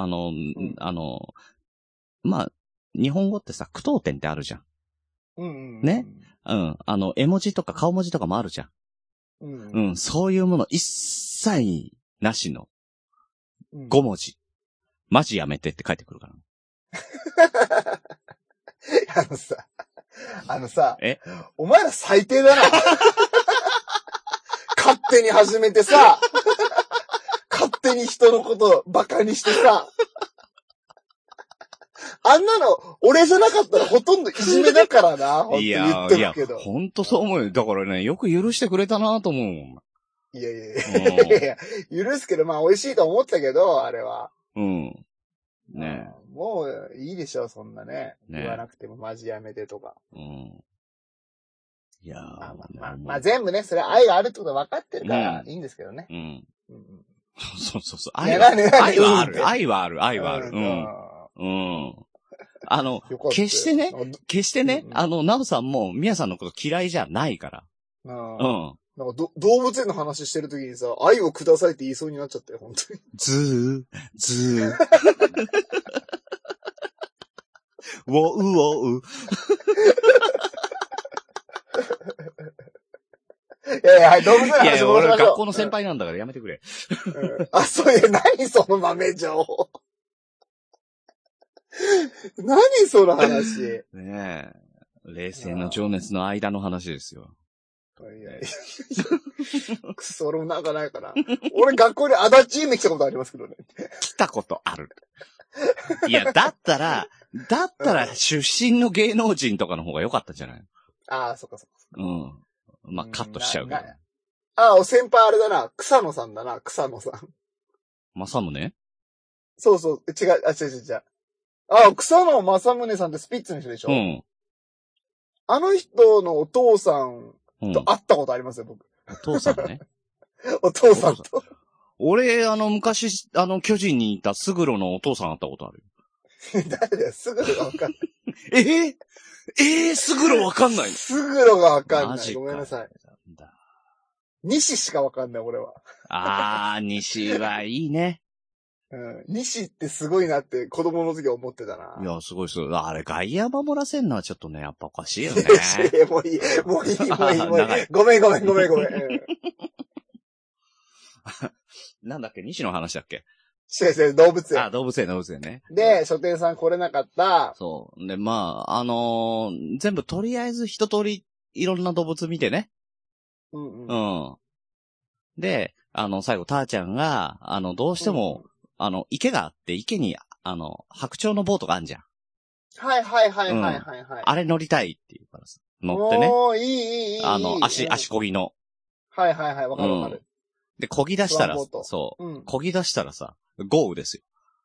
まあ、日本語ってさ、句読点ってあるじゃん。ね。絵文字とか顔文字とかもあるじゃん。そういうもの一切なしの5文字。マジやめてって書いてくるから。 お前ら最低だな。勝手に始めてさ、勝手に人のことバカにしてさ、あんなの、俺じゃなかったらほとんどいじめだからな。 いや、ほんとそう思うよ。だからね、よく許してくれたなと思うもん。 いや、許すけど、まあ美味しいと思ったけど、あれは。 ねえ。もういいでしょ、そんなね。言わなくてもマジやめてとか。 いやまあ全部ね、それ愛があるってことは分かってるからいいんですけどね。 そう。愛はある。決してね、ナオさんもミヤさんのこと嫌いじゃないから。 なんか動物園の話してるときにさ、愛をくださいって言いそうになっちゃったよ、本当に。 ずー。ウォウ。 いや、動物園の話もしましょう。いや、 俺学校の先輩なんだからやめてくれ。 そういう、何その豆情報。何その話。 ねえ。冷静の情熱の間の話ですよ。 いやいや。くそ、俺もなんかないかな。俺学校に足立夢来たことありますけどね。 来たことある。いや、だったら出身の芸能人とかの方が良かったじゃない。 ああ、そっかそっか。 うん。まあ、カットしちゃうけど。 ああ、先輩あれだな。草野さんだな、草野さん。 正宗？ そうそう、違う。ああ、草野正宗さんってスピッツの人でしょ？うん。あの人のお父さんと会ったことありますよ、僕。 お父さんね。 お父さんと。 俺、昔、巨人にいたスグロのお父さん会ったことある。 誰だよ、スグロがわかんない。 スグロわかんない。 スグロがわかんない。ごめんなさい。西しかわかんない、俺は。 西はいいね。 うん。西ってすごいなって子供の時は思ってたな。 いや、すごいすごい。あれ、外野守らせんのはちょっとね、やっぱおかしいよね。 もういい。ごめん。 なんだっけ、西の話だっけ？ 違う、動物園。 動物園ね。 で、書店さん来れなかった。 そう。で、まあ、全部とりあえず一通りいろんな動物見てね。うん。で、最後、ターちゃんが、どうしても、池があって、池に、白鳥のボートがあんじゃん。 はい。 あれ乗りたいっていうからさ。乗ってね。 いい。 足こぎの。 はい、わかる。 で、こぎ出したら、そう。こぎ出したらさ、豪雨ですよ。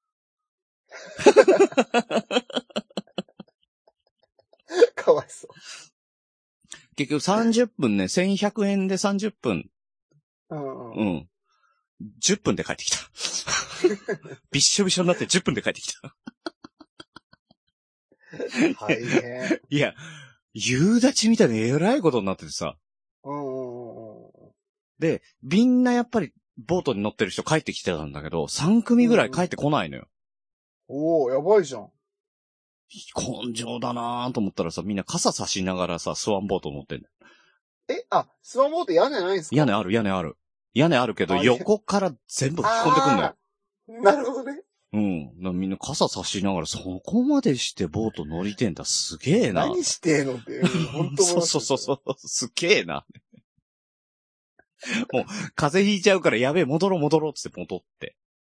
かわいそう。 結局30分ね、1100円で30分。うん。10分で帰ってきた。びっしょびしょになって10分で帰ってきた。 はいね。 いや、夕立みたいにえらいことになっててさ。で、みんなやっぱりボートに乗ってる人帰ってきてたんだけど、3組ぐらい帰ってこないのよ。 おー、やばいじゃん。 根性だなぁと思ったらさ、みんな傘差しながらさ、スワンボート乗ってんだよ。 スワンボート屋根ないんすか？ 屋根ある。屋根あるけど、横から全部吹き込んでくんのよ。 なるほどね。 うん。みんな傘差しながら、そこまでしてボート乗りてんだ。すげえな。 何してんのって。本当そう。すげえな。もう、風邪ひいちゃうからやべえ、戻ろうつって戻って。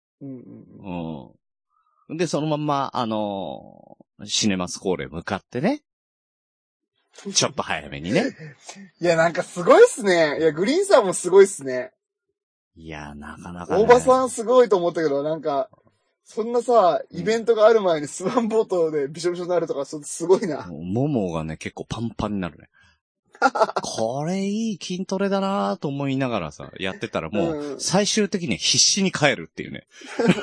で、そのまんま、シネマスコーレ向かってね。ちょっと早めにね。 いや、なんかすごいっすね。いや、グリーンさんもすごいっすね。 いや、なかなかね。 大場さんすごいと思ったけど、なんか、そんなさ、イベントがある前にスワンボートでびしょびしょになるとか、すごいな。 ももがね、結構パンパンになるね。これいい筋トレだなぁと思いながらさ、やってたらもう、最終的に必死に帰るっていうね。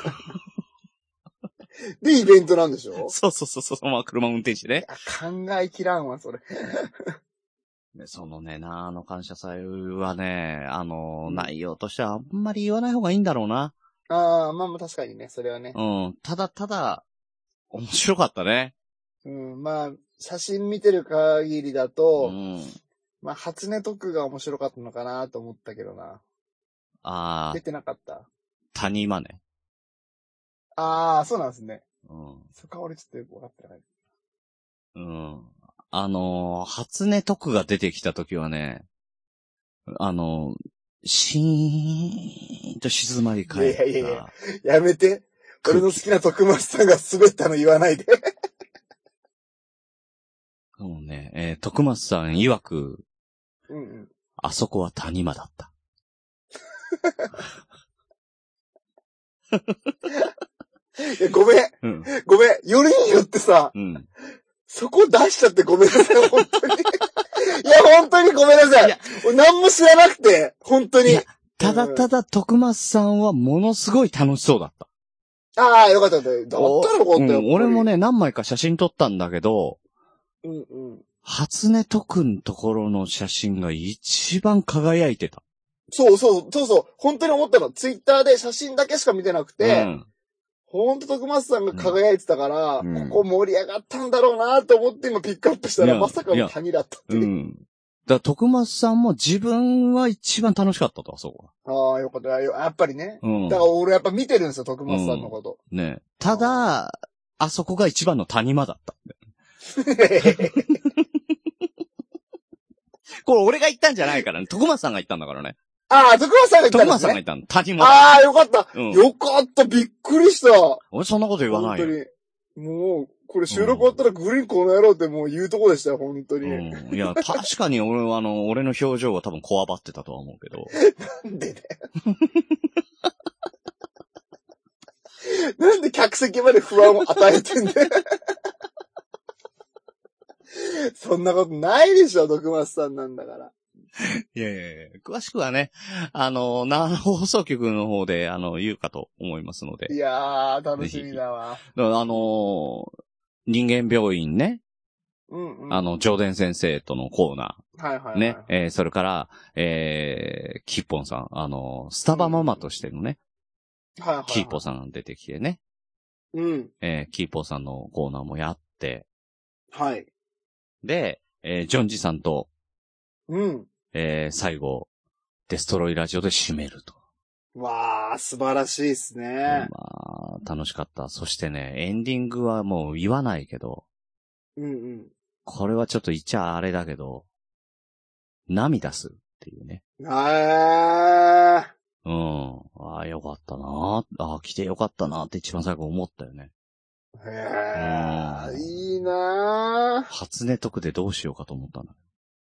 で、イベントなんでしょ？ そう。まあ、車運転手ね。 考えきらんわ、それ。 そのね、感謝祭はね、内容としてはあんまり言わない方がいいんだろうな。 まあ確かにね、それはね。 ただ、面白かったね。 まあ、写真見てる限りだと、まあ、初音徳が面白かったのかなと思ったけどな。出てなかった。 谷間ね。 そうなんですね。そこは俺ちょっとよく分かってない。 初音徳が出てきたときはね、シーンと静まり返った。いや、 やめて。俺の好きな徳松さんが滑ったの言わないで。 そうね、徳松さん曰く、あそこは谷間だった。 ごめん。よりによってさ、そこ出しちゃってごめんなさい、本当に。いや、本当にごめんなさい。何も知らなくて、本当に。 ただ、徳松さんはものすごい楽しそうだった。 よかった。だったらよかったよ。 俺もね、何枚か写真撮ったんだけど、初音徳のところの写真が一番輝いてた。そう。 本当に思ったの。ツイッターで写真だけしか見てなくて、ほんと徳松さんが輝いてたから、ここ盛り上がったんだろうなと思って今ピックアップしたらまさかの谷だったっていう。 だから徳松さんも自分は一番楽しかったと、そうか。よかった。やっぱりね。だから俺やっぱ見てるんですよ、徳松さんのこと。 ね。ただ、あそこが一番の谷間だった。 これ俺が言ったんじゃないからね。徳松さんが言ったんだからね。 ああ、徳松さんが言ったんですね。 徳松さんが言ったの。谷本。 ああ、よかった、うん。よかった、びっくりした。 俺そんなこと言わないよ。 本当に。もう、これ収録終わったらグリーンこの野郎ってもう言うとこでしたよ、本当に。 うん。いや、確かに俺は俺の表情は多分こわばってたとは思うけど。 なんでだよ。なんで客席まで不安を与えてんだよ。そんなことないでしょ、徳松さんなんだから。 いやいやいや、詳しくはね、放送局の方で、言うかと思いますので。 いやー、楽しみだわ。 人間病院ね。 うんうん。 上田先生とのコーナー。はいはい、はい。 ね。それから、キッポンさん、スタバママとしてのね。 はいはい、はい。 キーポさんが出てきてね。 うん。 キーポさんのコーナーもやって。 はい。 で、ジョンジさんと、 うん。 最後、デストロイラジオで締めると。 わー、素晴らしいですね。 まあ、楽しかった。そしてね、エンディングはもう言わないけど。 うんうん。 これはちょっと言っちゃあれだけど、涙するっていうね。うん。ああ、よかったなああ、来てよかったなって一番最後思ったよね。 へえ、いいなぁ。 初音特でどうしようかと思ったんだ。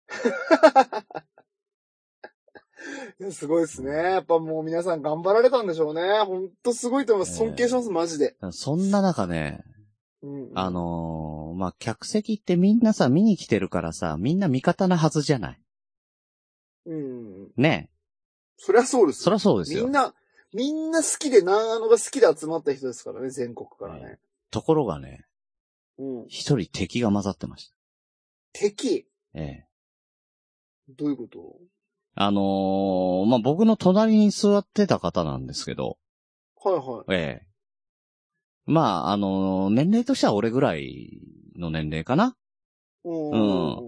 いや、すごいですね。やっぱもう皆さん頑張られたんでしょうね。ほんとすごいと思います。尊敬します、マジで。 そんな中ね、 うんうん、 まあ、客席ってみんなさ、見に来てるからさ、みんな味方なはずじゃない。 うん。 ねえ。 そりゃそうです。 そりゃそうですよ。 みんな好きで、長野が好きで集まった人ですからね、全国からね。 ところがね、一人敵が混ざってました。 敵？ ええ。 どういうこと？ まあ、僕の隣に座ってた方なんですけど。 はいはい。 ええ。まあ、年齢としては俺ぐらいの年齢かな。うん。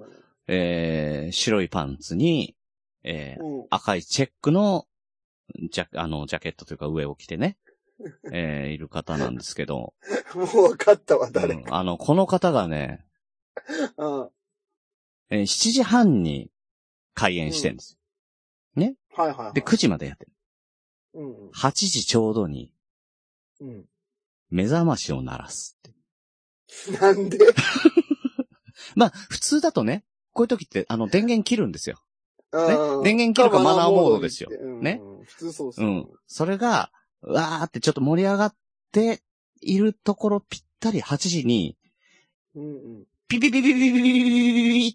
白いパンツに、赤いチェックの、ジャケットというか上を着てね、いる方なんですけど。 もう分かったわ、誰か。 この方がね、7時半に開演してるんですよ。ね。 はいはい、はい。 で、9時までやってる。8時ちょうどに、目覚ましを鳴らすって。 なんでまあ、普通だとね、こういう時って、電源切るんですよ。ね。電源切るかマナーモードですよ。ね。 普通そうそう。 それが、わーってちょっと盛り上がっているところぴったり8時に、ピピピピピピピピピピって、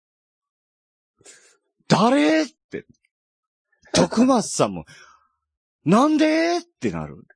誰って、徳松さんも、なんでってなる。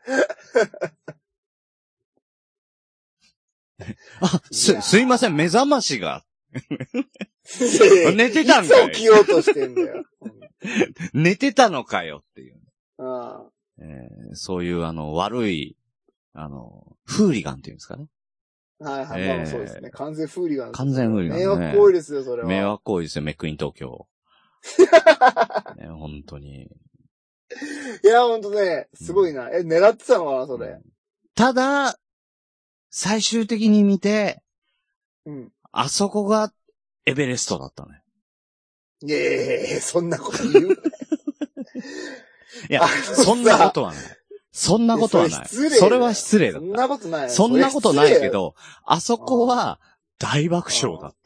すいません、目覚ましが。寝てたんかい。 いつ起きようとしてんだよ。 寝てたのかよっていう。 あそういう悪い、フーリガンっていうんですかね。 はいはい、まあそうですね。完全フーリガン。 完全フーリガン、ね。 迷惑行為ですよ、それは。 迷惑行為ですよ、メックイン東京。ね、本当に。 いや、本当ね、すごいな。狙ってたのかな、それ。 ただ、最終的に見て、あそこがエベレストだったね。 いやそんなこと言う。 いや、そんなことはない。そんなことはない。それは失礼だった。 そんなことない。 そんなことないけど、あそこは大爆笑だった。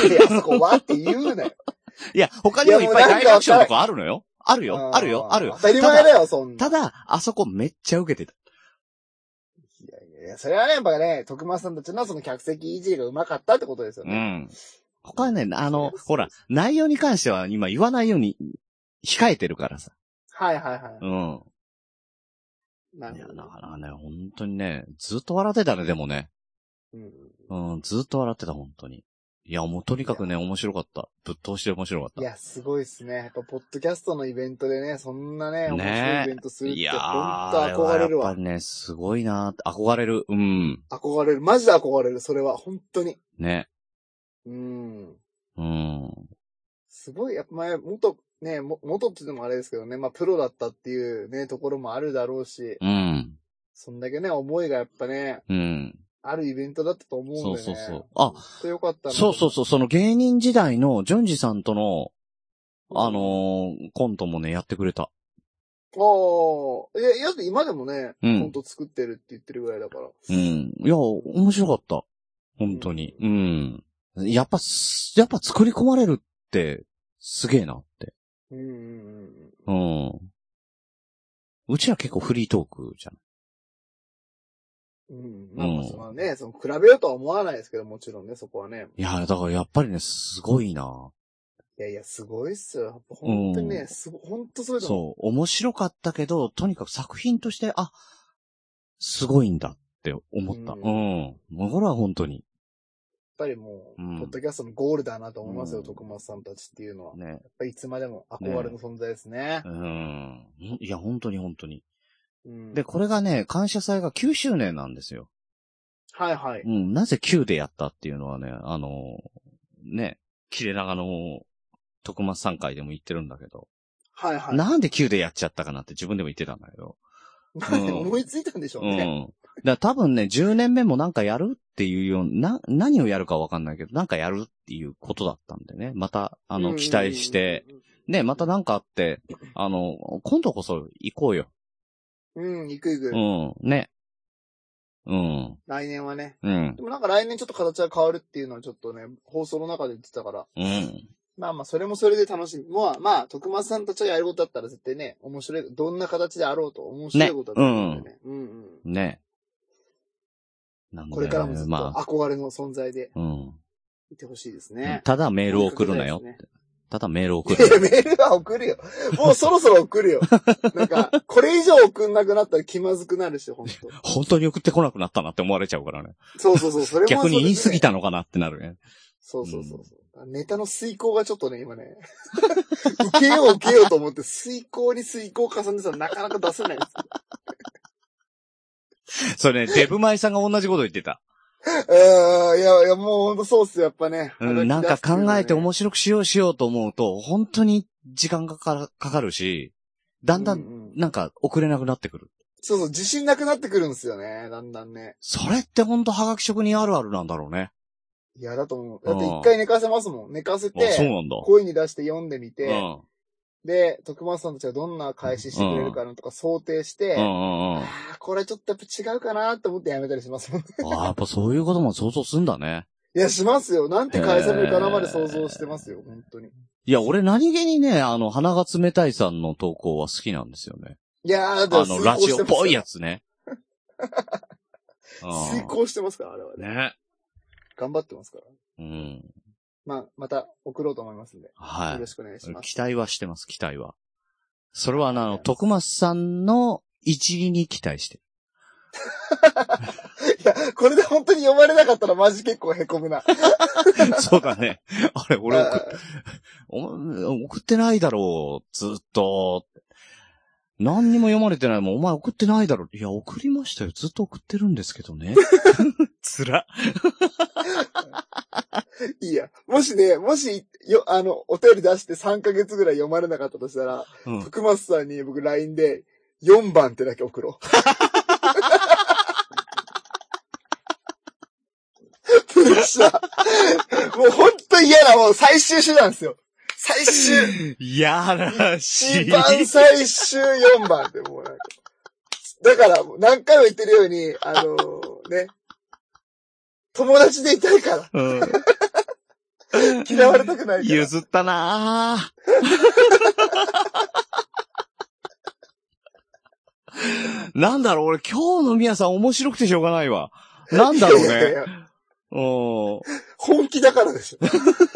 いや、あそこはって言うなよ。 いや、他にもいっぱい大爆笑のとこあるのよ。あるよ。あるよ。 当たり前だよ、そんな。 ただ、あそこめっちゃ受けてた。 いや、それはね、やっぱね、徳松さんたちのその客席いじりが上手かったってことですよね。 他はね、ほら、内容に関しては今言わないように控えてるからさ。 はいはいはい。 いや、だからね、本当にね、ずっと笑ってたね、でもね。ずっと笑ってた、本当に。いや、もうとにかくね、面白かった。ぶっ通して面白かった。 いや、すごいっすね。やっぱ、ポッドキャストのイベントでね、そんなね、面白いイベントするって、ほんと憧れるわ。 やっぱりね、すごいな憧れる。 憧れる。マジで憧れる、それは。本当に。 ね。 すごい、やっぱ前、元っていうのもあれですけどね、まあ、プロだったっていうね、ところもあるだろうし。そんだけね、思いがやっぱね、 あるイベントだったと思うんでね。 そう。あ、 よかったな。 そう、その芸人時代のジョンジさんとの、コントもね、やってくれた。 今でもね、コント作ってるって言ってるぐらいだから。 うん。いや、面白かった。本当に。うん。やっぱ作り込まれるって、すげえなって。うちら結構フリートークじゃん。 まあね、比べようとは思わないですけど、もちろんね、そこはね。 いや、だからやっぱりね、すごいな。 いや、すごいっすよ。本当にね、本当そういうの。 そう、面白かったけど、とにかく作品として、すごいんだって思った。もうこれは本当に。やっぱりもう、ポッドキャストのゴールだなと思いますよ、徳松さんたちっていうのは。ね。やっぱりいつまでも憧れの存在ですね。 いや、本当に本当に。で、これがね、感謝祭が9周年なんですよ。 はいはい。 なぜ9でやったっていうのはね、ね、切れ長の徳松さん会でも言ってるんだけど。 はいはい。 なんで9でやっちゃったかなって自分でも言ってたんだけど。 思いついたんでしょうね。 だから多分ね、10年目もなんかやるっていうような、何をやるかわかんないけど、なんかやるっていうことだったんでね。また、期待して、ね、またなんかあって、今度こそ行こうよ。 行く。 ね。 来年はね。 でもなんか来年ちょっと形が変わるっていうのはちょっとね、放送の中で言ってたから。まあ、それもそれで楽しみ。まあ、徳松さんたちがやることだったら絶対ね、面白い、どんな形であろうと面白いことだと思うんでね。 ね。 これからもずっと憧れの存在で、いてほしいですね。 ただメールを送るなよって。ただメールを送る。いや、メールは送るよ。もうそろそろ送るよ。なんか、これ以上送んなくなったら気まずくなるし、 本当に送ってこなくなったなって思われちゃうからね。 そう。それも逆に言い過ぎたのかなってなるね。 そう。ネタの遂行がちょっとね、今ね、受けようと思って遂行に遂行を重ねてたらなかなか出せないです。 それね、デブマイさんが同じこと言ってた。 いや、もうほんとそうっすよ、やっぱね。 なんか考えて面白くしようと思うと、本当に時間がかかるし、だんだん、なんか遅れなくなってくる。 そう、自信なくなってくるんですよね、だんだんね。 それってほんとハガキ職人あるあるなんだろうね。 いや、だと思う。だって一回寝かせますもん。寝かせて、 そうなんだ。 声に出して読んでみて、で、徳松さんたちがどんな返ししてくれるかなとか想定して、これちょっとやっぱ違うかなって思ってやめたりしますもんね。 やっぱそういうことも想像すんだね。 いや、しますよ。なんて返されるかなまで想像してますよ、本当に。 いや、俺何気にね、鼻が冷たいさんの投稿は好きなんですよね。 いやー、 ラジオっぽいやつね。 遂行してますから、あれはね。 ね。 頑張ってますから。また送ろうと思いますんで。 はい。よろしくお願いします。 期待はしてます、期待は。それは徳松さんの一義に期待してる。 いや、これで本当に読まれなかったらマジ結構凹むな。 そうだね。あれ、俺送ってないだろう、ずっと。何にも読まれてないもん、お前送ってないだろう。いや、送りましたよ。ずっと送ってるんですけどね。つら。 いいや。もし、お便り出して3ヶ月ぐらい読まれなかったとしたら、徳松さんに僕 LINE で4番ってだけ送ろう。プレッシャー。もうほんと嫌な、もう最終手段ですよ。最終。 やらしい。 一番最終4番ってもうなんか。だから、何回も言ってるように、ね。友達でいたいから。嫌われたくないから。 譲ったなぁ。なんだろう、俺今日の宮さん面白くてしょうがないわ。なんだろうね。 本気だからでしょ。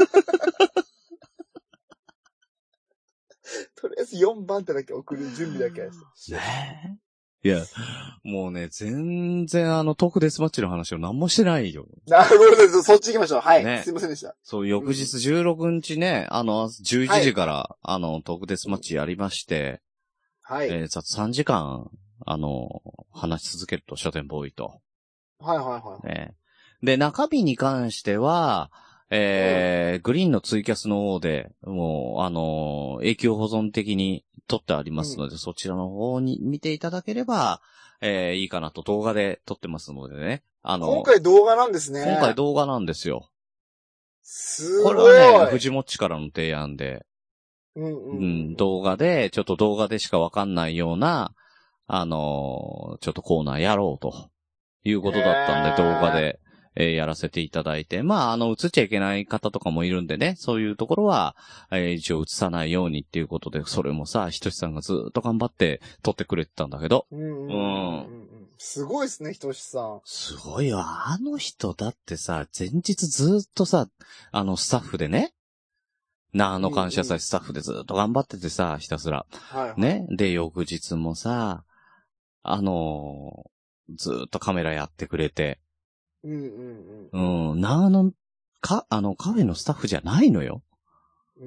とりあえず4番ってだけ送る準備だけして。 いや、もうね、全然トークデスマッチの話を何もしてないよ。 なるほど、そっち行きましょう。はい。ね、すいませんでした。 そう、翌日16日ね、11時から、トークデスマッチやりまして、 はい。 3時間、話し続けると、書店ボーイと。 はい。 ね。で、中身に関しては、 グリーンのツイキャスの方で、もう、永久保存的に撮ってありますので、そちらの方に見ていただければ、いいかなと動画で撮ってますのでね。 今回動画なんですね。 今回動画なんですよ。 すごい。 これはね、藤もっちからの提案で、動画で、ちょっと動画でしかわかんないような、ちょっとコーナーやろうということだったんで、動画で、やらせていただいて、まあ、映っちゃいけない方とかもいるんでね、そういうところは、一応映さないようにっていうことで、それもさ、ひとしさんがずっと頑張って撮ってくれてたんだけど。 すごいですね、ひとしさん。 すごいよ。あの人だってさ、前日ずっとさ、スタッフでね、感謝祭スタッフでずっと頑張っててさ、ひたすら。ね。で、翌日もさ、ずっとカメラやってくれて。カフェのスタッフじゃないのよ。 ボ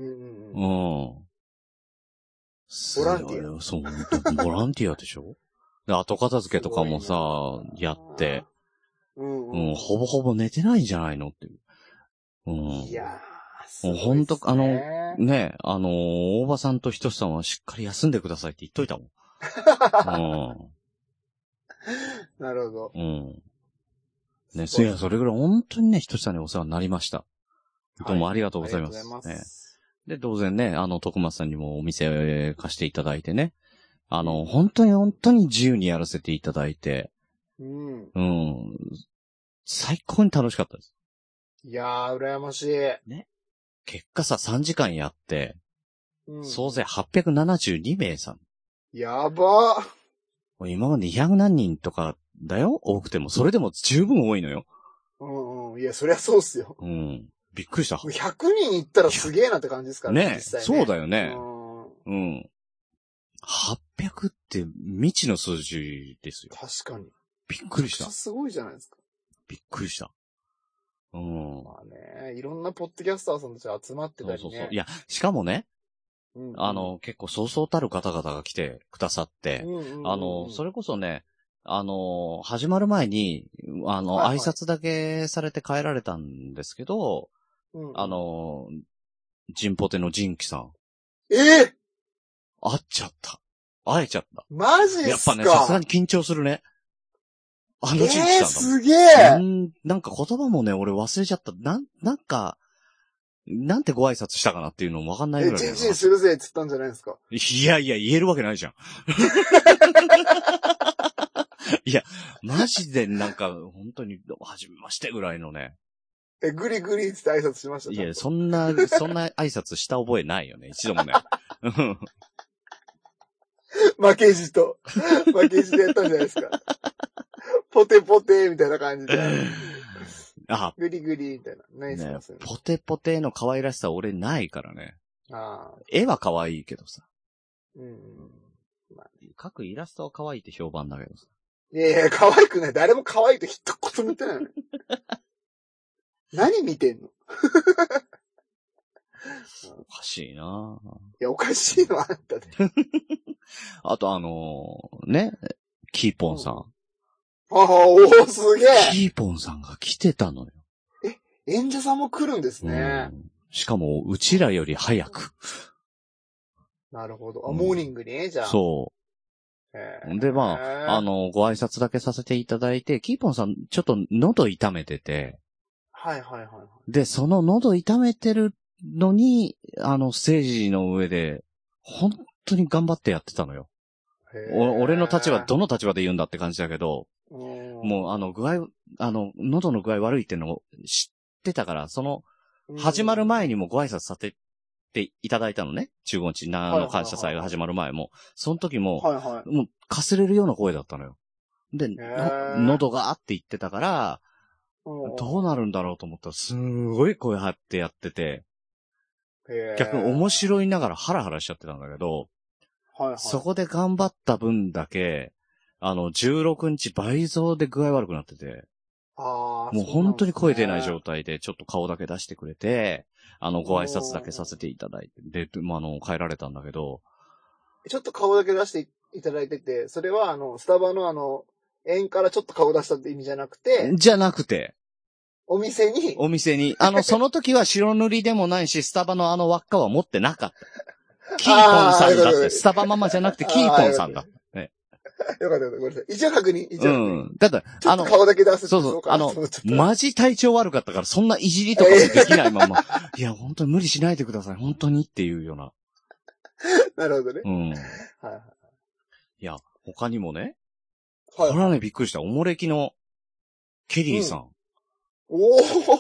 ランティア。 そう、ボランティアでしょで、後片付けとかもさ、やって、ほぼほぼ寝てないんじゃないのっていう。 いやもうほんと、ね、大場さんとひとしさんはしっかり休んでくださいって言っといたもん。 なるほど。 ね、それぐらい本当にね、ひとしさんにお世話になりました。どうもありがとうございます。で、当然ね、徳松さんにもお店貸していただいてね。本当に自由にやらせていただいて。最高に楽しかったです。 いやー、羨ましい。 ね。結果さ、3時間やって、総勢872名さん。 やばー。今まで200何人とかだよ多くても。それでも十分多いのよ。 いや、そりゃそうっすよ。 びっくりした。 100人いったらすげえなって感じですからね。そうだよね。800って未知の数字ですよ。 確かに。 びっくりした。 すごいじゃないですか。 びっくりした。 まあね、いろんなポッドキャスターさんたち集まってたりね。そう。 いや、しかもね、結構そうそうたる方々が来てくださって、それこそね、始まる前に、挨拶だけされて帰られたんですけど、ジンポテのジンキさん。会っちゃった。会えちゃった。 マジっすか？ やっぱね、さすがに緊張するね。ジンキさんだ。 すげえなんか言葉もね、俺忘れちゃった。なんてご挨拶したかなっていうのもわかんないぐらい。 ジンジンするぜって言ったんじゃないですか？ いや、言えるわけないじゃん。いや、マジでなんか、本当に、初めましてぐらいのね。 グリグリって挨拶しました？ いや、そんな挨拶した覚えないよね、一度もね。 負けじでやったんじゃないですか。ポテポテみたいな感じで。グリグリみたいな。ないですか、 ポテポテの可愛らしさ俺ないからね。絵は可愛いけどさ。描くイラストは可愛いって評判だけどさ。 いや、可愛くない。誰も可愛いと一言も言ってないの。何見てんの？ おかしいなぁ。 いや、おかしいのあんたで。 あとね、キーポンさん。 すげえ。 キーポンさんが来てたのよ。 演者さんも来るんですね。 しかも、うちらより早く。 なるほど。モーニングにね、じゃあ。 そう。で、まあ、ご挨拶だけさせていただいて、キーポンさん、ちょっと喉痛めてて。で、その喉痛めてるのに、ステージの上で、本当に頑張ってやってたのよ。俺の立場、どの立場で言うんだって感じだけど、もう喉の具合悪いってのを知ってたから、始まる前にもご挨拶させていただいたのね。中国地の感謝祭が始まる前も。その時も、もうかすれるような声だったのよ。で、喉がって言ってたから、どうなるんだろうと思ったら、すごい声張ってやってて、逆に面白いながらハラハラしちゃってたんだけど、そこで頑張った分だけ、16日倍増で具合悪くなってて、もう本当に声出ない状態で、ちょっと顔だけ出してくれて、ご挨拶だけさせていただいて、で、帰られたんだけど。 ちょっと顔だけ出していただいてて、それはスタバの縁からちょっと顔出したって意味じゃなくて。 じゃなくて。 お店に。 その時は白塗りでもないし、スタバの輪っかは持ってなかった。キーポンさんだって、スタバママじゃなくてキーポンさんだ。ね、 よかった、ごめんなさい。一応確認。 だって、 顔だけ出す。 そう、マジ体調悪かったから、そんないじりとかもできないまま、いや、本当に無理しないでください、本当にっていうような。 なるほどね。 はい。いや、他にもね、 はい。 これはね、びっくりした。おもれきの、ケリーさん。 おー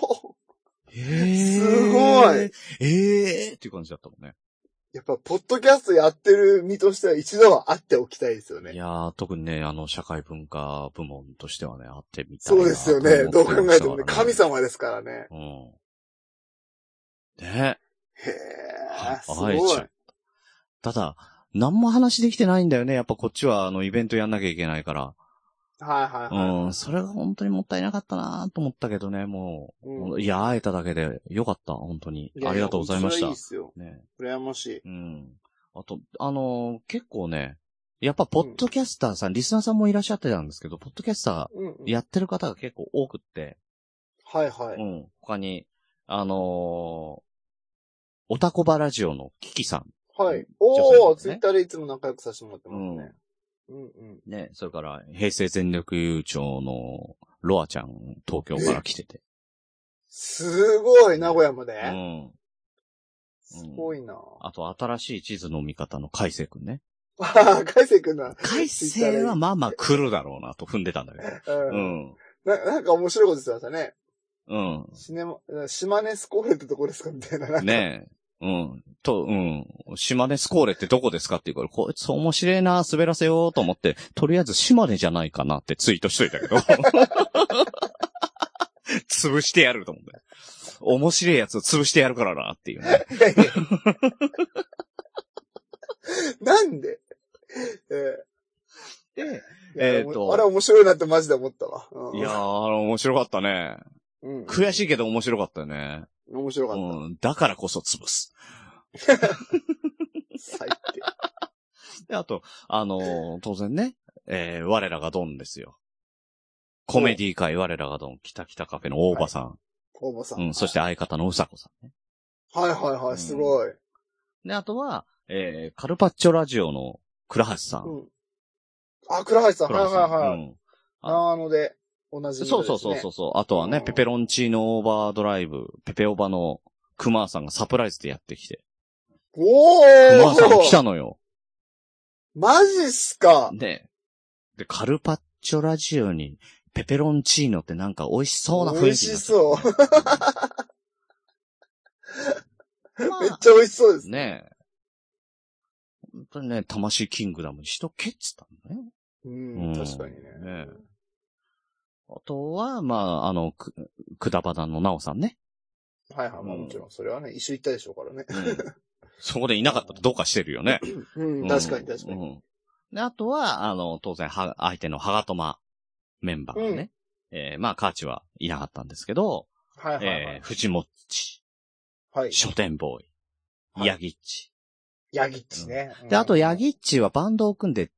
すごいっていう感じだったもんね。 やっぱ、ポッドキャストやってる身としては一度は会っておきたいですよね。 いやー、特にね、社会文化部門としてはね、会ってみたいな。そうですよね。どう考えてもね、神様ですからね。 ね。 へー、すごい。ただ、何も話できてないんだよね。やっぱこっちは、イベントやんなきゃいけないから。 はい。 それが本当にもったいなかったなと思ったけどね、もう。いや、会えただけでよかった、本当に。ありがとうございました。 いいですよ。ね。羨ましい。 あと、結構ね、やっぱポッドキャスターさん、リスナーさんもいらっしゃってたんですけど、ポッドキャスターやってる方が結構多くって。 はい。 他に、おたこばラジオのキキさん。 はい。ツイッターでいつも仲良くさせてもらってますね。 ね、それから、平成全力優勝のロアちゃん、東京から来てて。 すごい、名古屋まで。すごいな。 あと、新しい地図の見方の海星くんね。 海星くんだ。 海星はまあまあ来るだろうなと踏んでたんだけど。 なんか面白いことしてましたね。島根スコーレってどこですかみたいな。 ねえ。島根スコーレってどこですかって言うから、こいつ面白いな、滑らせようと思って、とりあえず島根じゃないかなってツイートしといたけど。潰してやると思って。面白いやつを潰してやるからなっていうね。 なんであれ面白いなってマジで思ったわ。 いやー、面白かったね。悔しいけど面白かったよね。 面白かった。 だからこそ潰す。 最低。 で、あと、当然ね、我らがドンですよ。コメディ界我らがドン、北北カフェの大場さん。 大場さん。 そして相方のうさこさんね。 はい、すごい。 で、あとは、カルパッチョラジオの倉橋さん。 倉橋さん。はい。長野で同じ、ね。 そう。あとはね、ペペロンチーノオーバードライブ、ペペオバの熊さんがサプライズでやってきて。熊さん来たのよ。 マジっすか。 で、カルパッチョラジオにペペロンチーノってなんか美味しそうな雰囲気。 美味しそう。めっちゃ美味しそうですね。本当にね、魂キングダムに人蹴ってたんだね。 確かにね。 あとは、まあ、くだばなのなおさんね。 はい、もちろん。それはね、一緒行ったでしょうからね。 そこでいなかったらどうかしてるよね。 確かに。 で、あとは、当然、相手のハガトマメンバーね。まあ、カーチはいなかったんですけど、藤もっち。書店ボーイ。ヤギッチ。 ヤギッチね。 で、あと、ヤギッチはバンドを組んでって、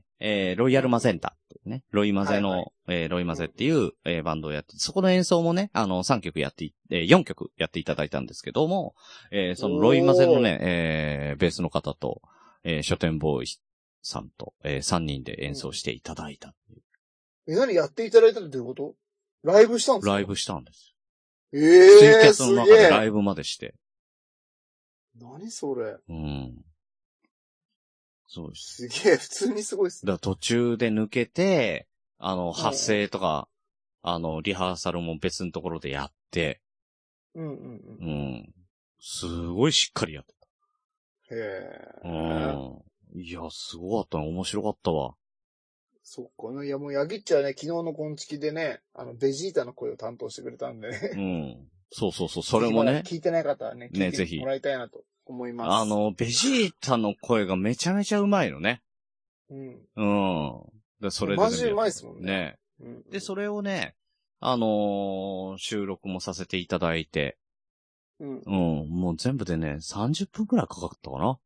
ロイヤルマゼンタっていうね、ロイマゼの、ロイマゼっていう、バンドをやって、そこの演奏もね、3曲4曲やっていただいたんですけども、そのロイマゼのね、ベースの方と、書店ボーイさんと、3人で演奏していただいた。 何やっていただいたってどういうこと？ライブしたんですか？ ライブしたんです。 ツイキャスの中でライブまでして。 何それ？ そうです。 すげえ、普通にすごいっすね。 だから途中で抜けて、発声とか、リハーサルも別のところでやって、すごいしっかりやってた。いや、すごかったね。面白かったわ。 そっかね。いや、もうヤギッチはね、昨日のコンチキでね、ベジータの声を担当してくれたんでね。 そう。それもね。 聞いてない方はね、聞いてもらいたいなと思います。 ベジータの声がめちゃめちゃうまいのね。それでマジうまいっすもんね。で、それをね、収録もさせていただいて、もう全部でね、30分くらいかかったかな。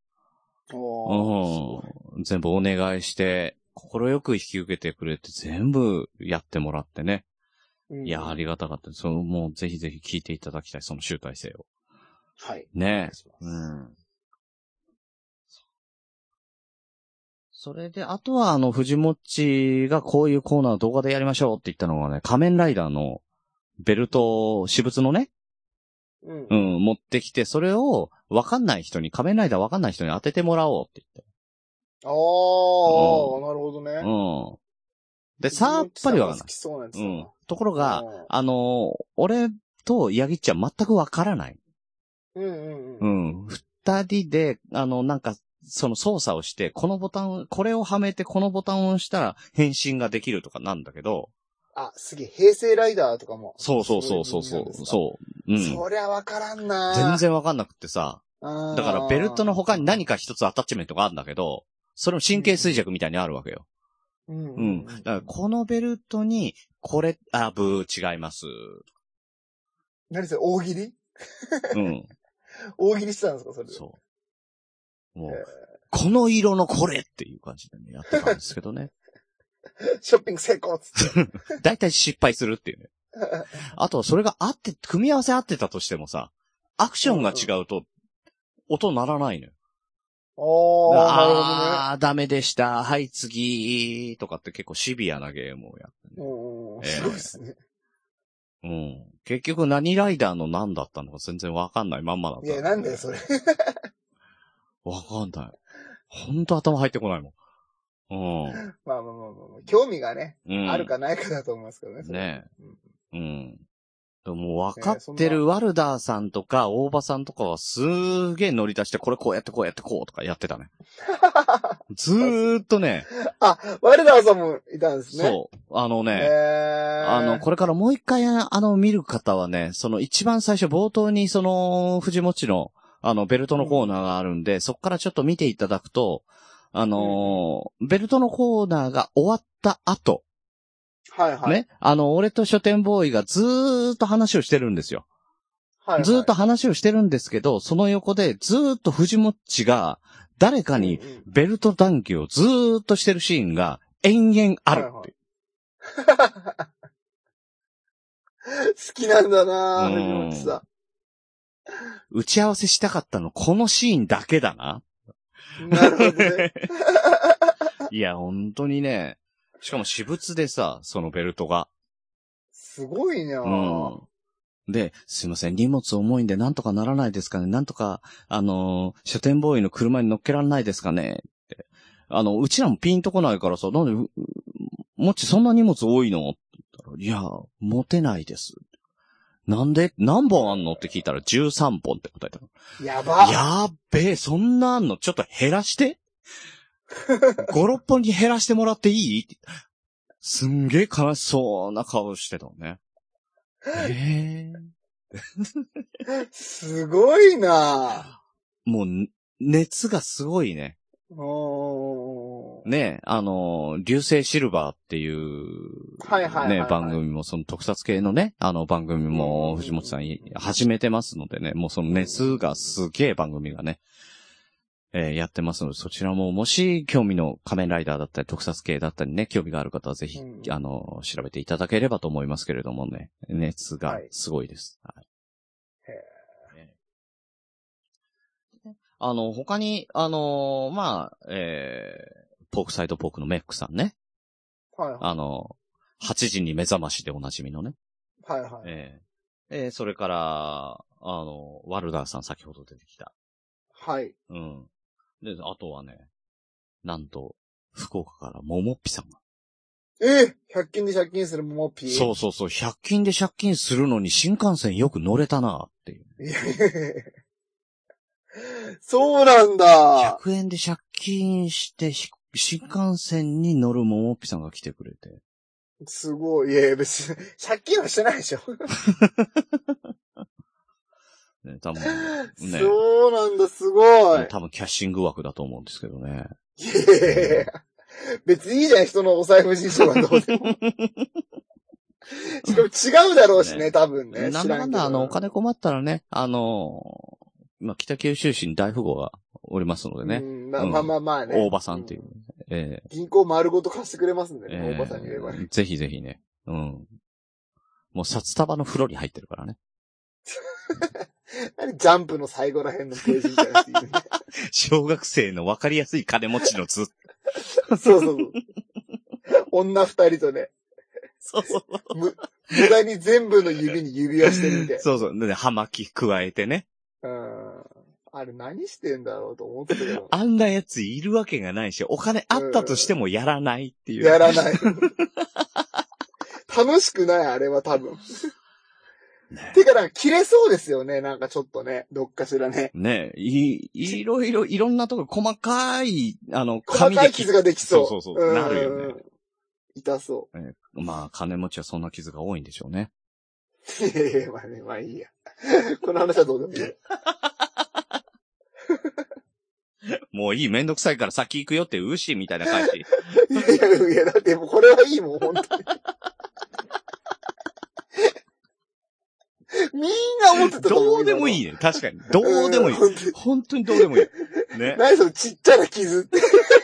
全部お願いして、心よく引き受けてくれて全部やってもらってね。 いや、ありがたかったです。もうぜひぜひ聞いていただきたい、その集大成を。 はい。 ねえ。それで、あとは藤もっちがこういうコーナー動画でやりましょうって言ったのがね、仮面ライダーのベルト、私物のね、持ってきて、それを仮面ライダーわかんない人に当ててもらおうって言って。 なるほどね。 で、さっぱりわかんない。 好きそうなやつところが、俺とヤギっちゃん全くわからない。二人で、なんか、その操作をして、これをはめてこのボタンを押したら変身ができるとかなんだけど。 すげえ、平成ライダーとかも。 そう。そりゃわからんな。全然わかんなくってさ。だからベルトの他に何か一つアタッチメントがあるんだけど、それも神経衰弱みたいにあるわけよ。だからこのベルトに、違います。 何それ、大喜利大喜利してたんですか、それで。そう。 もう、この色のこれっていう感じでね、やってたんですけどね。 ショッピング成功っつって。 だいたい失敗するっていうね。あと、それが組み合わせ合ってたとしてもさ、アクションが違うと、音鳴らないのよ。なるほどね。ダメでした。はい、次とかって結構シビアなゲームをやって、 すごいですね。 結局何ライダーの何だったのか全然わかんないまんまだった、 いや、なんだよ、それ。 わかんない。ほんと頭入ってこないもん。 まあ、興味がね、あるかないかだと思いますけどね。 ねえ。でも分かってるワルダーさんとか大場さんとかはすーげー乗り出して、これこうやってこうやってこうとかやってたね。ずーっとね。 ワルダーさんもいたんですね。 そう。これからもう一回見る方はね、その一番最初冒頭にその藤もちのベルトのコーナーがあるんで、そっからちょっと見ていただくと、ベルトのコーナーが終わった後、ね。俺と書店ボーイがずーっと話をしてるんですよ。ずーっと話をしてるんですけど、その横でずーっと藤もっちが誰かにベルト談義をずーっとしてるシーンが延々あるって。 好きなんだなぁ、藤もっちさん。 打ち合わせしたかったのこのシーンだけだな。 なるほどね。 いや、本当にね。しかも私物でさ、そのベルトが。 すごいなで、すいません、荷物重いんでなんとかならないですかね。なんとか、書店ボーイの車に乗っけられないですかね。って。うちらもピンとこないからさ、なんで、もっちそんな荷物多いのって言ったら、いや、持てないです。なんで何本あんのって聞いたら13本って答えたの。 やば。 やっべえ、そんなあんのちょっと減らして5、6本に減らしてもらっていいってすんげえ悲しそうな顔してたのね。 すごいなもう、熱がすごいね。ね、流星シルバーっていう、ね、番組も、その特撮系のね、番組も藤本さん始めてますのでね、もうその熱がすげえ番組がね、やってますので、そちらももし興味の仮面ライダーだったり特撮系だったりね、興味がある方はぜひ、調べていただければと思いますけれどもね、熱がすごいです。はい。他に、ポークサイドポークのメックさんね。8時に目覚ましでおなじみのね。それから、ワルダーさん先ほど出てきた。で、あとはね、なんと、福岡からももっぴさんが。 100均で借金するももっぴ。 そう。100均で借金するのに新幹線よく乗れたなっていう。 そうなんだ。 100円で借金して、新幹線に乗るももっぴさんが来てくれて。 すごい。いや、別に、借金はしてないでしょ。 ね、多分ね。そうなんだ、すごい。 多分キャッシング枠だと思うんですけどね。 いや別にいいじゃん、人のお財布事情はどうでも。しかも違うだろうしね、多分ね。 なんだかんだ、お金困ったらね、北九州市に大富豪がおりますのでね。 まあね。 大場さんっていう。 銀行丸ごと貸してくれますんでね、大場さんに言えば。 ぜひぜひね。 もう札束の風呂に入ってるからね。 何ジャンプの最後ら辺のページみたいなやついるね。 小学生の分かりやすい金持ちの図。 そうそうそう。女二人とね。 そうそう。 無駄に全部の指に指輪してみて。 そうそう。で、葉巻加えてね。 あれ何してんだろうと思ってたけど。 あんなやついるわけがないし、お金あったとしてもやらないっていう。 やらない。楽しくない、あれは多分。ね、てか、なんか切れそうですよね。なんかちょっとね、どっかしらね。 ねいろんなところ、細かい、 細かい傷ができそう。 そうそうそう。なるよね。 痛そう。 まあ、金持ちはそんな傷が多いんでしょうね。 いやまあね、まあいいや。この話はどうでもいい。 もういい、めんどくさいから先行くよってウシみたいな感じ。いや、だってもうこれはいいもん、本当に。みんな思ってたと思う。 どうでもいいね。確かに。どうでもいい。本当にどうでもいい。ね。 何そのちっちゃな傷って。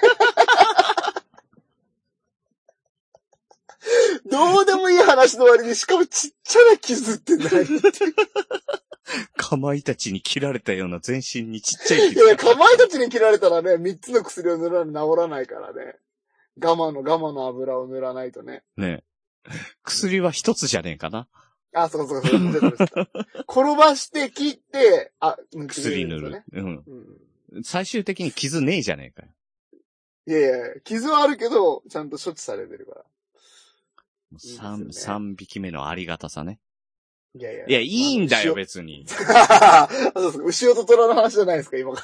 どうでもいい話の割に、しかもちっちゃな傷って何って。 かまいたちに切られたような全身にちっちゃい傷。 いや、かまいたちに切られたらね、3つの薬を塗らないと治らないからね。ガマの油を塗らないとね。 ね。薬は1つじゃねえかな。 あ、そう。転ばして切って、 薬塗る。最終的に傷ねえじゃねえかよ。 いや、傷はあるけど、ちゃんと処置されてるから。 3匹目のありがたさね。 いや、 いいんだよ、別に。 牛尾と虎の話じゃないですか、今から。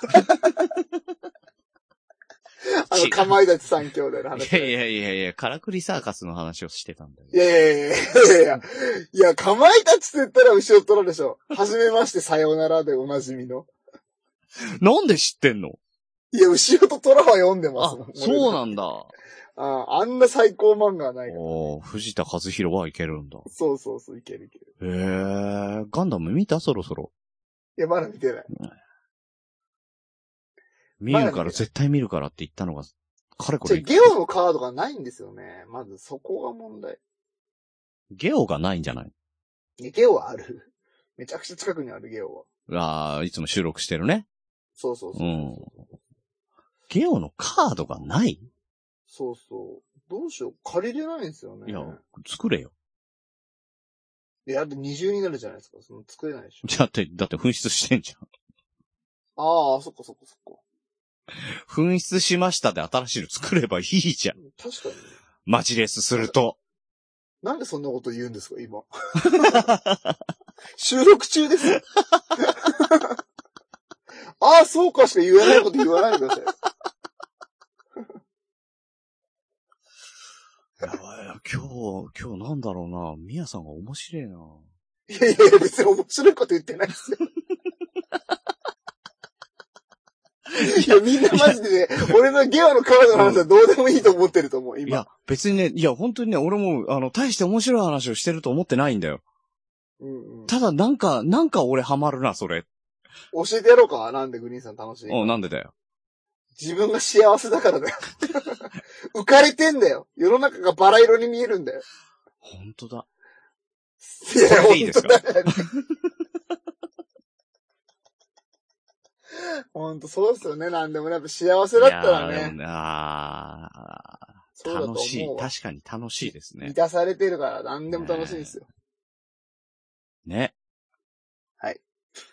かまいたち3兄弟の話。 いや、からくりサーカスの話をしてたんだよ。 いや、かまいたちって言ったら牛尾と虎でしょ。はじめましてさようならでおなじみの。 なんで知ってんの？ いや、牛尾と虎は読んでますもん。 そうなんだ。 あんな最高漫画はないから。 藤田和弘はいけるんだ。 そう、いける。 ガンダム見た？そろそろ。 いや、まだ見てない。 絶対見るからって言ったのが、かれこれ。 ゲオのカードがないんですよね。まずそこが問題。 ゲオがないんじゃない？ ゲオはある。めちゃくちゃ近くにあるゲオは。いつも収録してるね。 そう。 ゲオのカードがない？ そう。どうしよう。借りれないんですよね。 いや、作れよ。 いや、で二重になるじゃないですか。作れないでしょ。 だって紛失してんじゃん。 ああ、そっか。 紛失しましたで新しいの作ればいいじゃん。 確かに。 マジレスすると。 なんでそんなこと言うんですか、今。収録中ですよ。ああ、そうかしか言えないこと言わないでください。 やばいよ、今日なんだろうな。ミヤさんが面白いな。 いや、別に面白いこと言ってないですよ。いや、みんなマジでね、俺のゲオのカードの話はどうでもいいと思ってると思う、今。 いや、別にね、本当にね、俺も、大して面白い話をしてると思ってないんだよ。ただ、なんか俺ハマるな、それ。 教えてやろうか、なんでグリーンさん楽しい。 なんでだよ。 自分が幸せだからだよ。浮かれてんだよ。世の中がバラ色に見えるんだよ。 本当だ。 いや、 いいですか？ 本当そうですよね。なんでもやっぱ幸せだったらね。 楽しい。確かに楽しいですね。 満たされてるからなんでも楽しいですよ。 ね。 はい。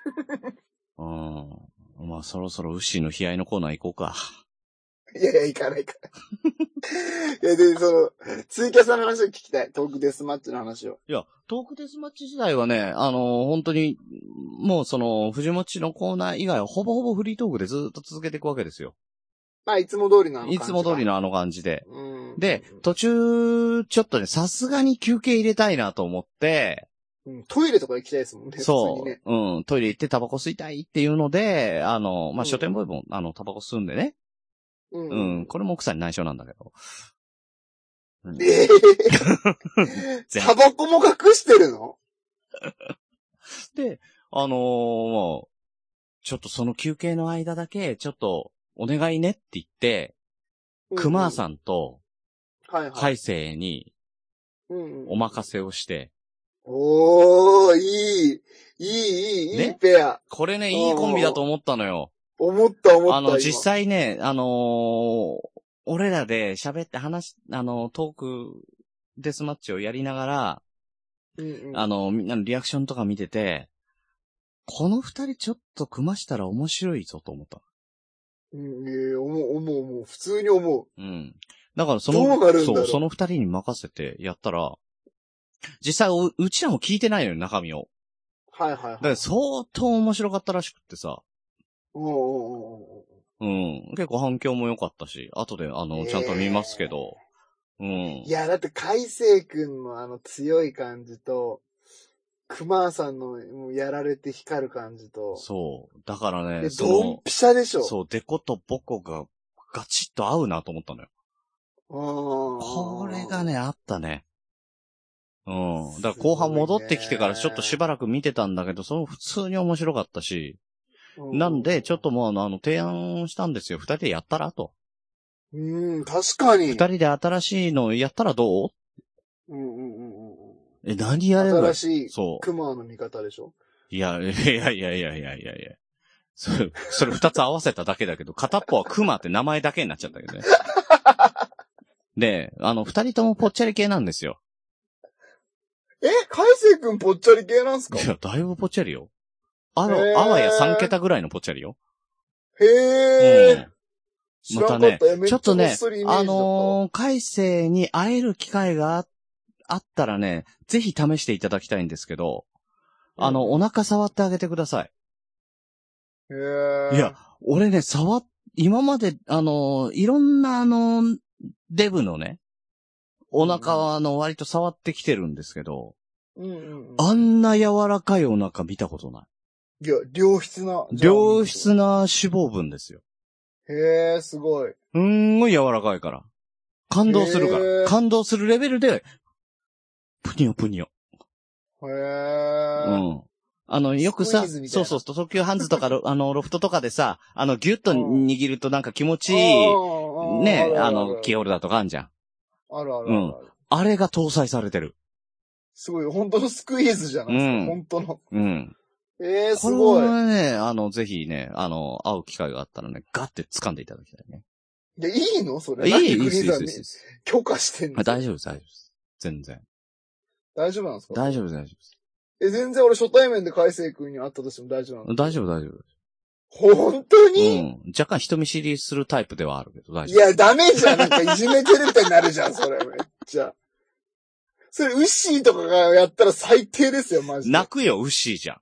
まあそろそろウッシーの悲哀のコーナー行こうか。 いや、行かないから。いや、で、ツイキャスの話を聞きたい。トークデスマッチの話を。 いや、トークデスマッチ時代はね、本当に、もう藤もちのコーナー以外はほぼほぼフリートークでずっと続けていくわけですよ。 まあ、いつも通りの感じ。 いつも通りの感じで。で、途中、ちょっとね、さすがに休憩入れたいなと思って、 トイレとか行きたいですもんね。 そう。ね、トイレ行ってタバコ吸いたいっていうので、まあ、書店ボーイも、タバコ吸うんでね。これも奥さんに内緒なんだけど。 タバコも隠してるの？ で、もう、ちょっとその休憩の間だけ、ちょっと、お願いねって言って、熊さんと、海星に、お任せをして、 おー、いいペア。 これね、いいコンビだと思ったのよ。 思った。 実際ね、俺らで喋ってトークデスマッチをやりながら、みんなのリアクションとか見てて、この二人ちょっと組ましたら面白いぞと思った。 思う。普通に思う。 だからその二人に任せてやったら、実際うちらも聞いてないのよ、中身を。 はい。だから相当面白かったらしくってさ。結構反響も良かったし、後でちゃんと見ますけど。いや、だって海星くんの強い感じと、熊さんのやられて光る感じと。 そう。だからね、 ドンピシャでしょ。 そう、デコとボコがガチッと合うなと思ったのよ。これがね、あったね。だから後半戻ってきてからちょっとしばらく見てたんだけど、普通に面白かったし。なんで、ちょっともう提案したんですよ。二人でやったらと。 確かに。 二人で新しいのやったらどう？何やれば新しい、熊の味方でしょ？ いや。それ二つ合わせただけだけど、片っぽは熊って名前だけになっちゃったけどね。で、二人ともぽっちゃり系なんですよ。 海星くんぽっちゃり系なんすか？ いや、だいぶぽっちゃりよ。あわや3桁ぐらいのぽっちゃりよ。またね、ちょっとね、海星に会える機会があったらね、ぜひ試していただきたいんですけど、お腹触ってあげてください。いや、俺ね、今まで、いろんなデブのね、お腹は割と触ってきてるんですけど、あんな柔らかいお腹見たことない。 いや、良質な脂肪分ですよ。 へー、すごい。 すんごい柔らかいから。感動するから。感動するレベルで、ぷにょぷにょ。 へー。 よくさ、そう、特急ハンズとかロフトとかでさ、ギュッと握るとなんか気持ちいい、ね、キーホルダーとかあんじゃん。 ある。 あれが搭載されてる。 すごい、本当のスクイーズじゃないですか、本当の。すごい。これね、ぜひね、会う機会があったらね、ガッて掴んでいただきたいね。 いや、いいのそれ。 いいです。 許可してんの？ 大丈夫です。全然。 大丈夫なんですか？ 大丈夫です。 全然俺初対面で海星くんに会ったとしても大丈夫なんですか？ 大丈夫。 本当に？ 若干人見知りするタイプではあるけど、大丈夫。 いや、ダメじゃん。なんかいじめてるみたいになるじゃん、それ。めっちゃ。それ、ウッシーとかがやったら最低ですよ、マジで。 泣くよ、ウッシーじゃん。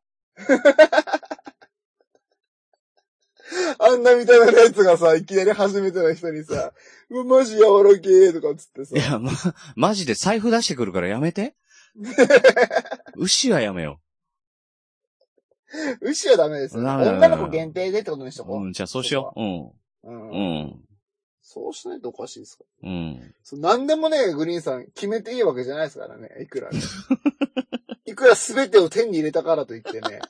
あんな見た目のやつがさ、いきなり初めての人にさ、マジ柔らけーとかつってさ。 いや、マジで財布出してくるからやめて。ウッシーはやめよう。ウッシーはダメですよ。女の子限定でってことにしとこう。 じゃあそうしよう。 そうしないとおかしいですか？なんでもね、グリーンさん決めていいわけじゃないですからね、いくら。いくら全てを手に入れたからといってね。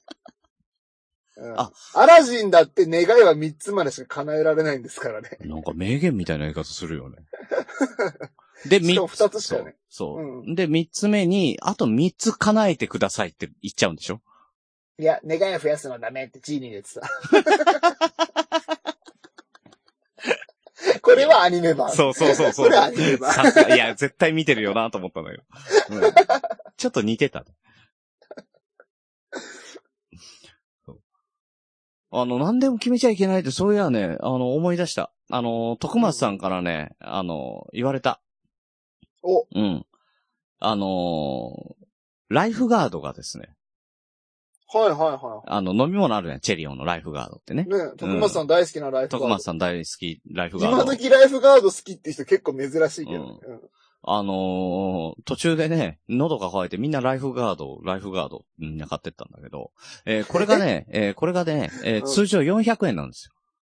アラジンだって願いは3つまでしか叶えられないんですからね。 なんか名言みたいな言い方するよね。で、 しかも2つしかね。 そう。で、3つ目に、あと3つ叶えてくださいって言っちゃうんでしょ？ いや、願いを増やすのはダメってジーニーで言ってた。これはアニメ版。 そう。これはアニメ版。 いや、絶対見てるよなと思ったんだよ。ちょっと似てた。何でも決めちゃいけないって、そういやね、思い出した。徳松さんからね、言われた。ライフガードがですね。 はい。 飲み物あるね、チェリオのライフガードってね。 ね、徳松さん大好きなライフガード。 徳松さん大好きライフガード。 今時ライフガード好きって人結構珍しいけどね。 途中でね、喉が渇いてみんなライフガード、みんな買ってったんだけど、これがね、通常400円なんです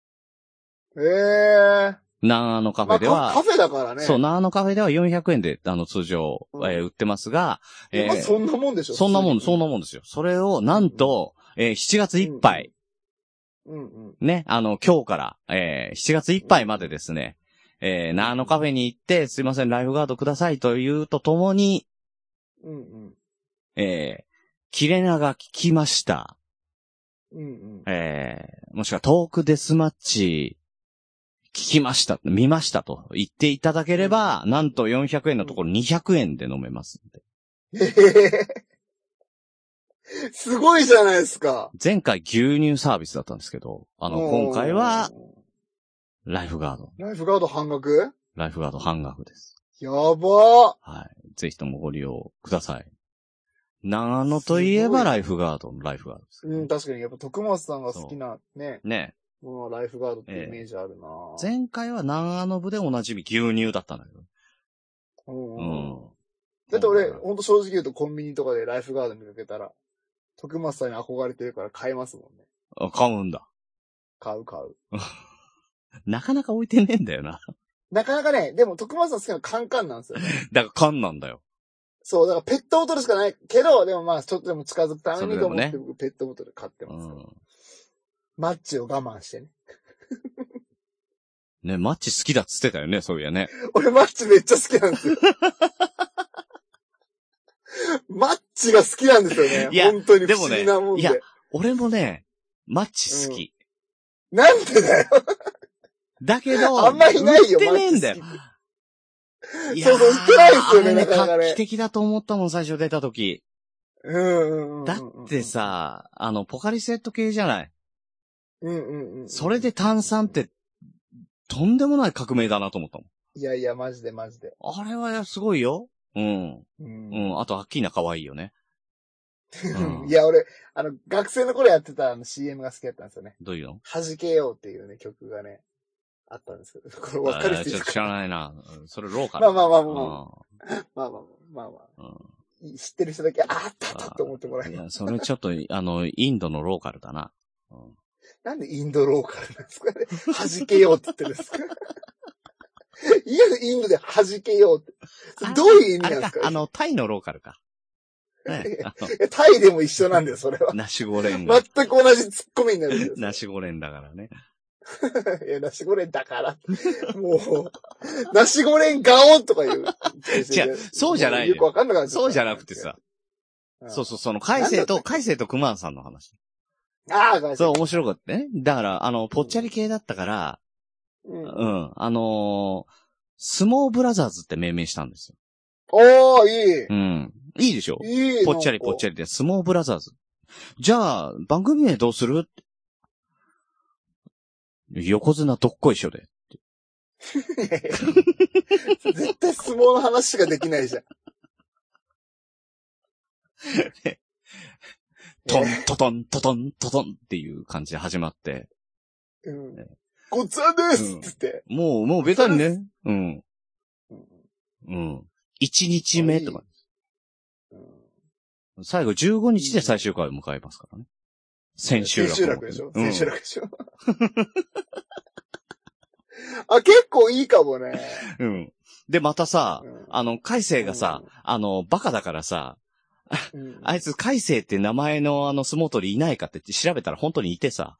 よ。長野カフェでは、 カフェだからね。 そう、長野カフェでは400円で、通常、売ってますが、 そんなもんでしょ？ そんなもんですよ。それを、なんと、7月いっぱい、ね、今日から、7月いっぱいまでですね、長野カフェに行って、すいません、ライフガードくださいというとともに、 切れ長聞きました。 うんうん。 もしくはトークデスマッチ聞きました、見ましたと言っていただければ、なんと400円のところ200円で飲めますんで。 すごいじゃないですか。 前回牛乳サービスだったんですけど、今回は、ライフガード。 ライフガード半額？ ライフガード半額です。 やばー。 はい。ぜひともご利用ください。長野といえばライフガードのライフガードです、 うん、確かに。やっぱ徳松さんが好きなね。 ね。 もうライフガードってイメージあるな、 前回は長野部でおなじみ牛乳だったんだけど。 うん。だって俺、ほんと正直言うとコンビニとかでライフガード見かけたら、徳松さんに憧れてるから買えますもんね。 あ、買うんだ。 買う。 なかなか置いてねえんだよな。 なかなかね、でも徳松さん好きなのカンカンなんですよね。 だから缶なんだよ。 そう、だからペットボトルしかないけど、でもまあちょっとでも近づくためにと思って僕ペットボトル買ってます、マッチを我慢してね。 ね、マッチ好きだっつってたよね、そういやね。 俺マッチめっちゃ好きなんですよ。マッチが好きなんですよね。いや、本当に不思議なもんで。いや、 俺もね、マッチ好き。 なんでだよ。 だけど、 あんまいないよ、 売ってねえんだよ。 いやそうそう、売ってないですよね、なかなかね。 画期的だと思ったもん、最初出た時。だってさ、ポカリスエット系じゃない。それで炭酸って、とんでもない革命だなと思ったもん。 いや、マジで。 あれはすごいよ。うん。あと、アッキーナ可愛いよね。 いや、俺、学生の頃やってたCM が好きだったんですよね。 どういうの？ 弾けようっていうね、曲がね、あったんですけど、これ分かる人いるか？ ちょっと知らないな。それローカル。 まあ。知ってる人だけ、あったと思ってもらえる。 いや、それちょっと、インドのローカルだな。 なんでインドローカルなんですかね。弾けようって言ってるんですか？インドで弾けようって。どういう意味なんですか？ タイのローカルか。 タイでも一緒なんだよ、それは。 ナシゴレンが。 全く同じツッコミになるんですよ。 ナシゴレンだからね。 いや、ナシゴレンだから。もう、ナシゴレンガオンとか言う。 違う、そうじゃないよ。 よくわかんなかった。 そうじゃなくてさ。そう、その、海星とクマンさんの話。 ああ、 そう、面白かったね。だから、ぽっちゃり系だったから、相撲ブラザーズって命名したんですよ。 おー、いい。 いいでしょ？いい。ぽっちゃりで、相撲ブラザーズ。じゃあ、番組名どうする？横綱どっこいしょで。 絶対相撲の話しかできないじゃん。 トントトントトントトンっていう感じで始まって。 ごっつぁんですって言って。 もうベタにね。1日目とか。最後15日で最終回を迎えますからね。千秋楽でしょ？千秋楽でしょ？あ、結構いいかもね。 で、またさ、海星がさ、バカだからさ、あいつ海星って名前の相撲取りいないかって調べたら本当にいてさ。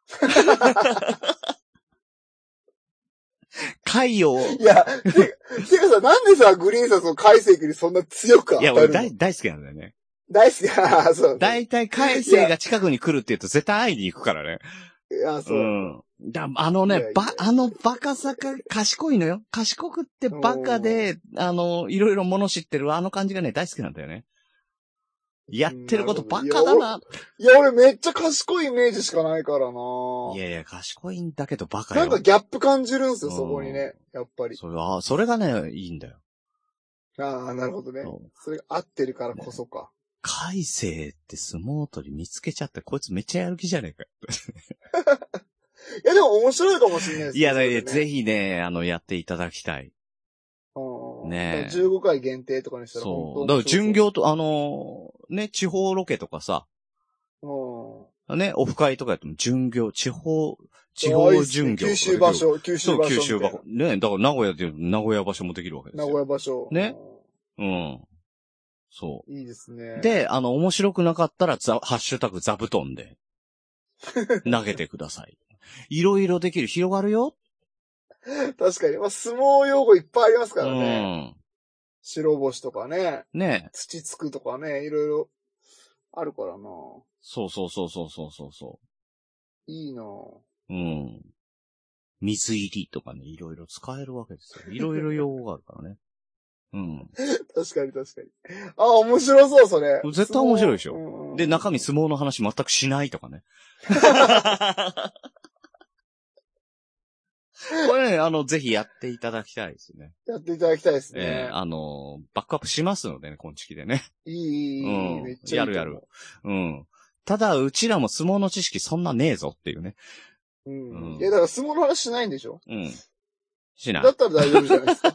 海を。 いや、てかさ、なんでさ、グリーンさんその海星にそんな強く当たるの？ いや、俺大好きなんだよね。 大好きだ、そう。 大体海星が近くに来るって言うと絶対会いに行くからね。 いや、そう。 バカさか、賢いのよ。賢くってバカで、いろいろ物知ってる感じがね、大好きなんだよね。やってることバカだな。 いや、俺めっちゃ賢いイメージしかないからな。 いや、賢いんだけどバカよ。 なんかギャップ感じるんすよ、そこにね。やっぱり。 それがね、いいんだよ。ああ、なるほどね。それが合ってるからこそか。 海星って相撲取り見つけちゃって、こいつめっちゃやる気じゃねえか。 いや、でも面白いかもしれないですね。いや、ぜひね、やっていただきたい。 ねえ。15回限定とかにしたら本当に。 だから巡業と、地方ロケとかさ。ね、オフ会とかやっても巡業、地方巡業。 九州場所。 ね、だから名古屋で名古屋場所もできるわけですよ。 名古屋場所。 ね。そう。 いいですね。 で、面白くなかったら、ハッシュタグ座布団で、投げてください。いろいろできる、広がるよ。 確かに。まあ、相撲用語いっぱいありますからね。 白星とかね。 ね。 土つくとかね、いろいろあるからな。 そうそうそうそうそうそう。 いいな。 うん。水入りとかね、いろいろ使えるわけですよ。いろいろ用語があるからね。うん。 確かに確かに。あ、面白そう、それ。 絶対面白いでしょ。で、中身相撲の話全くしないとかね。これね、ぜひやっていただきたいですね。 やっていただきたいですね。 バックアップしますのでね、今月でね。 いい、めっちゃいい。 やる。うん。ただ、うちらも相撲の知識そんなねえぞっていうね。 うん。いや、だから相撲の話しないんでしょ？ うん。しない。 だったら大丈夫じゃないですか。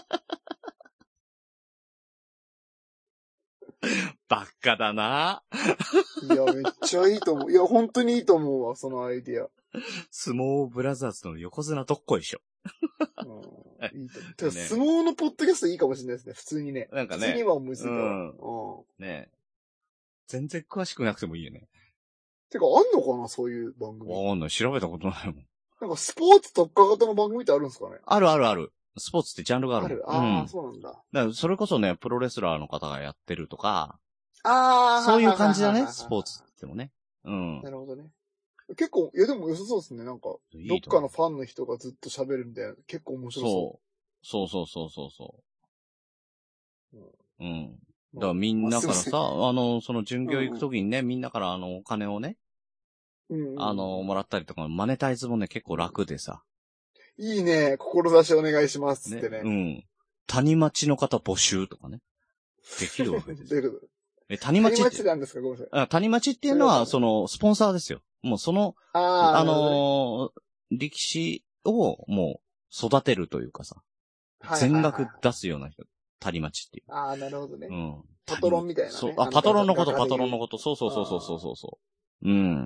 バカだな。 いや、めっちゃいいと思う。いや、本当にいいと思うわ、そのアイディア。 相撲ブラザーズの横綱どっこいしょ。 いいと思う。相撲のポッドキャストいいかもしれないですね、普通にね。 なんかね。 普通には思いついたわ。 ねえ。全然詳しくなくてもいいよね。 てか、あんのかな、そういう番組。 あんの、調べたことないもん。 なんかスポーツ特化型の番組ってあるんですかね？ あるあるある。スポーツってジャンルがある。 そうなんだ。だからそれこそね、プロレスラーの方がやってるとか。 そういう感じだね、スポーツってもね。うん。 なるほどね。結構、いやでも良さそうですね。なんか、どっかのファンの人がずっと喋るみたいな。結構面白そう。 そう。うん。だからみんなからさ、その巡業行くときにね、みんなからお金をね、もらったりとか、マネタイズもね、結構楽でさ。 いいね。志お願いしますってね。 うん。谷町の方募集とかね。できるわけです。 どういうこと？ 谷町なんですか？ごめんなさい。 谷町っていうのは、スポンサーですよ。もう力士をもう育てるというかさ。全額出すような人。谷町っていう。 なるほどね。 うん。 パトロンみたいなね。 そう。パトロンのこと。そう。うん。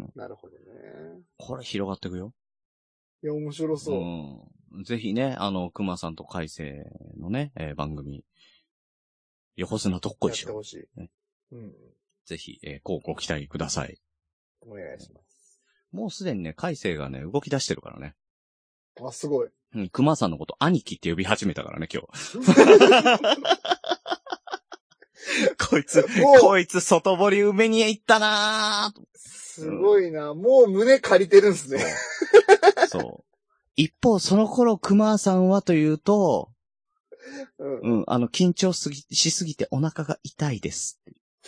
なるほどね。 これ広がっていくよ。 いや、面白そう。 うん。ぜひね、熊さんと海星のね、番組。横綱どっこいしょ。 やってほしい。 ね。うん。ぜひ、ご期待ください。 お願いします。 もうすでにね、海星がね、動き出してるからね。 あ、すごい。 うん、熊さんのこと兄貴って呼び始めたからね、今日。こいつ外堀埋めに行ったなー。 すごいな、もう胸借りてるんすね。 そう。一方、その頃熊さんはというと、緊張しすぎてお腹が痛いです。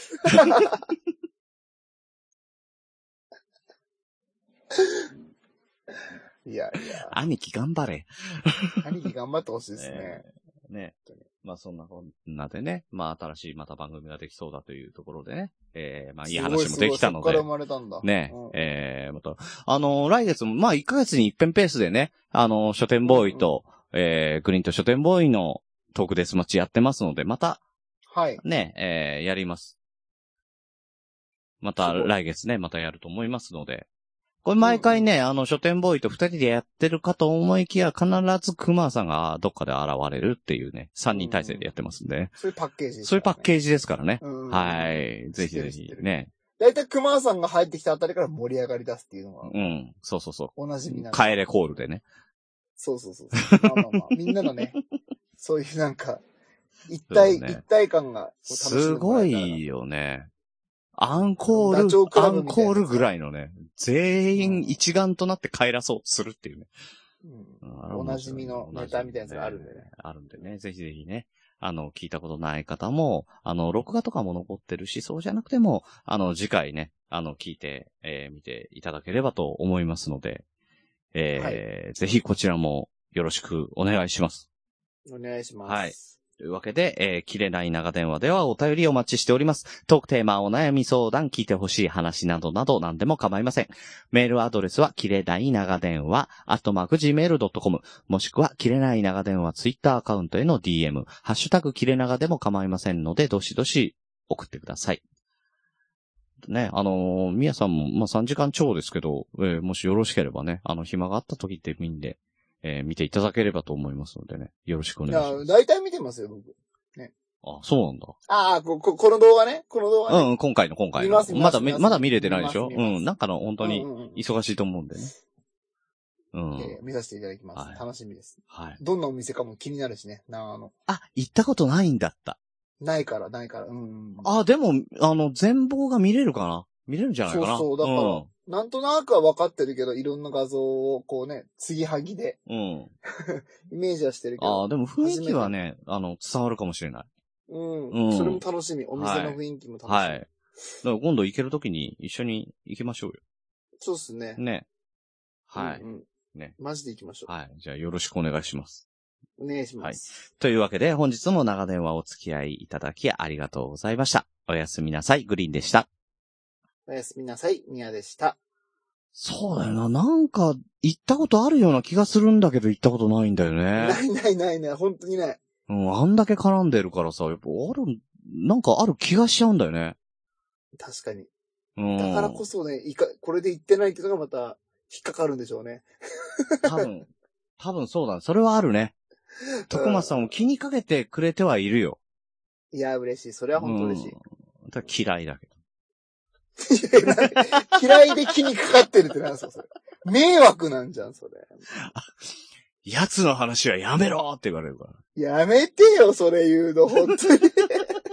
いや。 兄貴頑張れ。 兄貴頑張ってほしいですね。 ね。まあそんなこんなでね、まあ新しいまた番組ができそうだというところでね、まあいい話もできたので。 そっから生まれたんだ。 ね、また、来月も、まあ1ヶ月に一遍ペースでね、書店ボーイと、グリーンと書店ボーイのトークデスマッチやってますので、また、 はい。 ね、やります。また来月ね、またやると思いますので。これ毎回ね、書店ボーイと二人でやってるかと思いきや、必ず熊さんがどっかで現れるっていうね、三人体制でやってますんで。 そういうパッケージです、ね。 そういうパッケージですからね。はい。ぜひぜひね。 だいたい熊さんが入ってきたあたりから盛り上がり出すっていうのが。 うん。そう。 おなじみなんで。帰れコールでね。 そう。まあ。みんなのね、そういうなんか、一体感がすごいよね。アンコールぐらいのね、全員一丸となって帰らそうとするっていうね。 おなじみのネタみたいなやつがあるんでね。 あるんでね、ぜひぜひね。聞いたことない方も、録画とかも残ってるし、そうじゃなくても、次回ね、聞いて、見ていただければと思いますので、ぜひこちらもよろしくお願いします。 お願いします。 はい。というわけで、切れない長電話ではお便りお待ちしております。トークテーマ、お悩み相談、聞いてほしい話などなど何でも構いません。メールアドレスは、切れない長電話、@gmail.com、もしくは、切れない長電話ツイッターアカウントへの DM、ハッシュタグ切れ長でも構いませんので、どしどし送ってください。ね、みやさんも、まあ、3時間超ですけど、もしよろしければね、暇があった時ってみんで、見ていただければと思いますのでね。よろしくお願いします。 いや、大体見てますよ、僕。ね。 あ、そうなんだ。 この動画ね。 うん、今回の。まだ見れてないでしょ？うん、なんか本当に、忙しいと思うんでね。 見させていただきます。はい、楽しみです。 はい。 どんなお店かも気になるしね、長野。 あ、行ったことないんだった。 ないから。 でも、全貌が見れるかな？見れるんじゃないかな？ そう、だから、なんとなくは分かってるけど、いろんな画像をこうね、継ぎはぎで、イメージはしてるけど。 でも雰囲気はね、伝わるかもしれない。 それも楽しみ。お店の雰囲気も楽しみ。はい。だから今度行けるときに一緒に行きましょうよ。 そうっすね。 ね。はい。 ね。マジで行きましょう。 はい。じゃあよろしくお願いします。 お願いします。 はい。というわけで、本日も長電話お付き合いいただきありがとうございました。おやすみなさい、グリーンでした。 おやすみなさい、ミヤでした。 そうだよな。なんか、行ったことあるような気がするんだけど、行ったことないんだよね。 ない。本当にない。 あんだけ絡んでるからさ、やっぱなんかある気がしちゃうんだよね。 確かに。だからこそね、これで行ってないっていうのがまた、引っかかるんでしょうね。 多分そうだ。それはあるね。徳松さんも気にかけてくれてはいるよ。 いや、嬉しい。それは本当嬉しい。嫌いだけど。 嫌いで気にかかってるってなんですか、それ。迷惑なんじゃん、それ。 奴の話はやめろって言われるから。 やめてよ、それ言うの、本当に。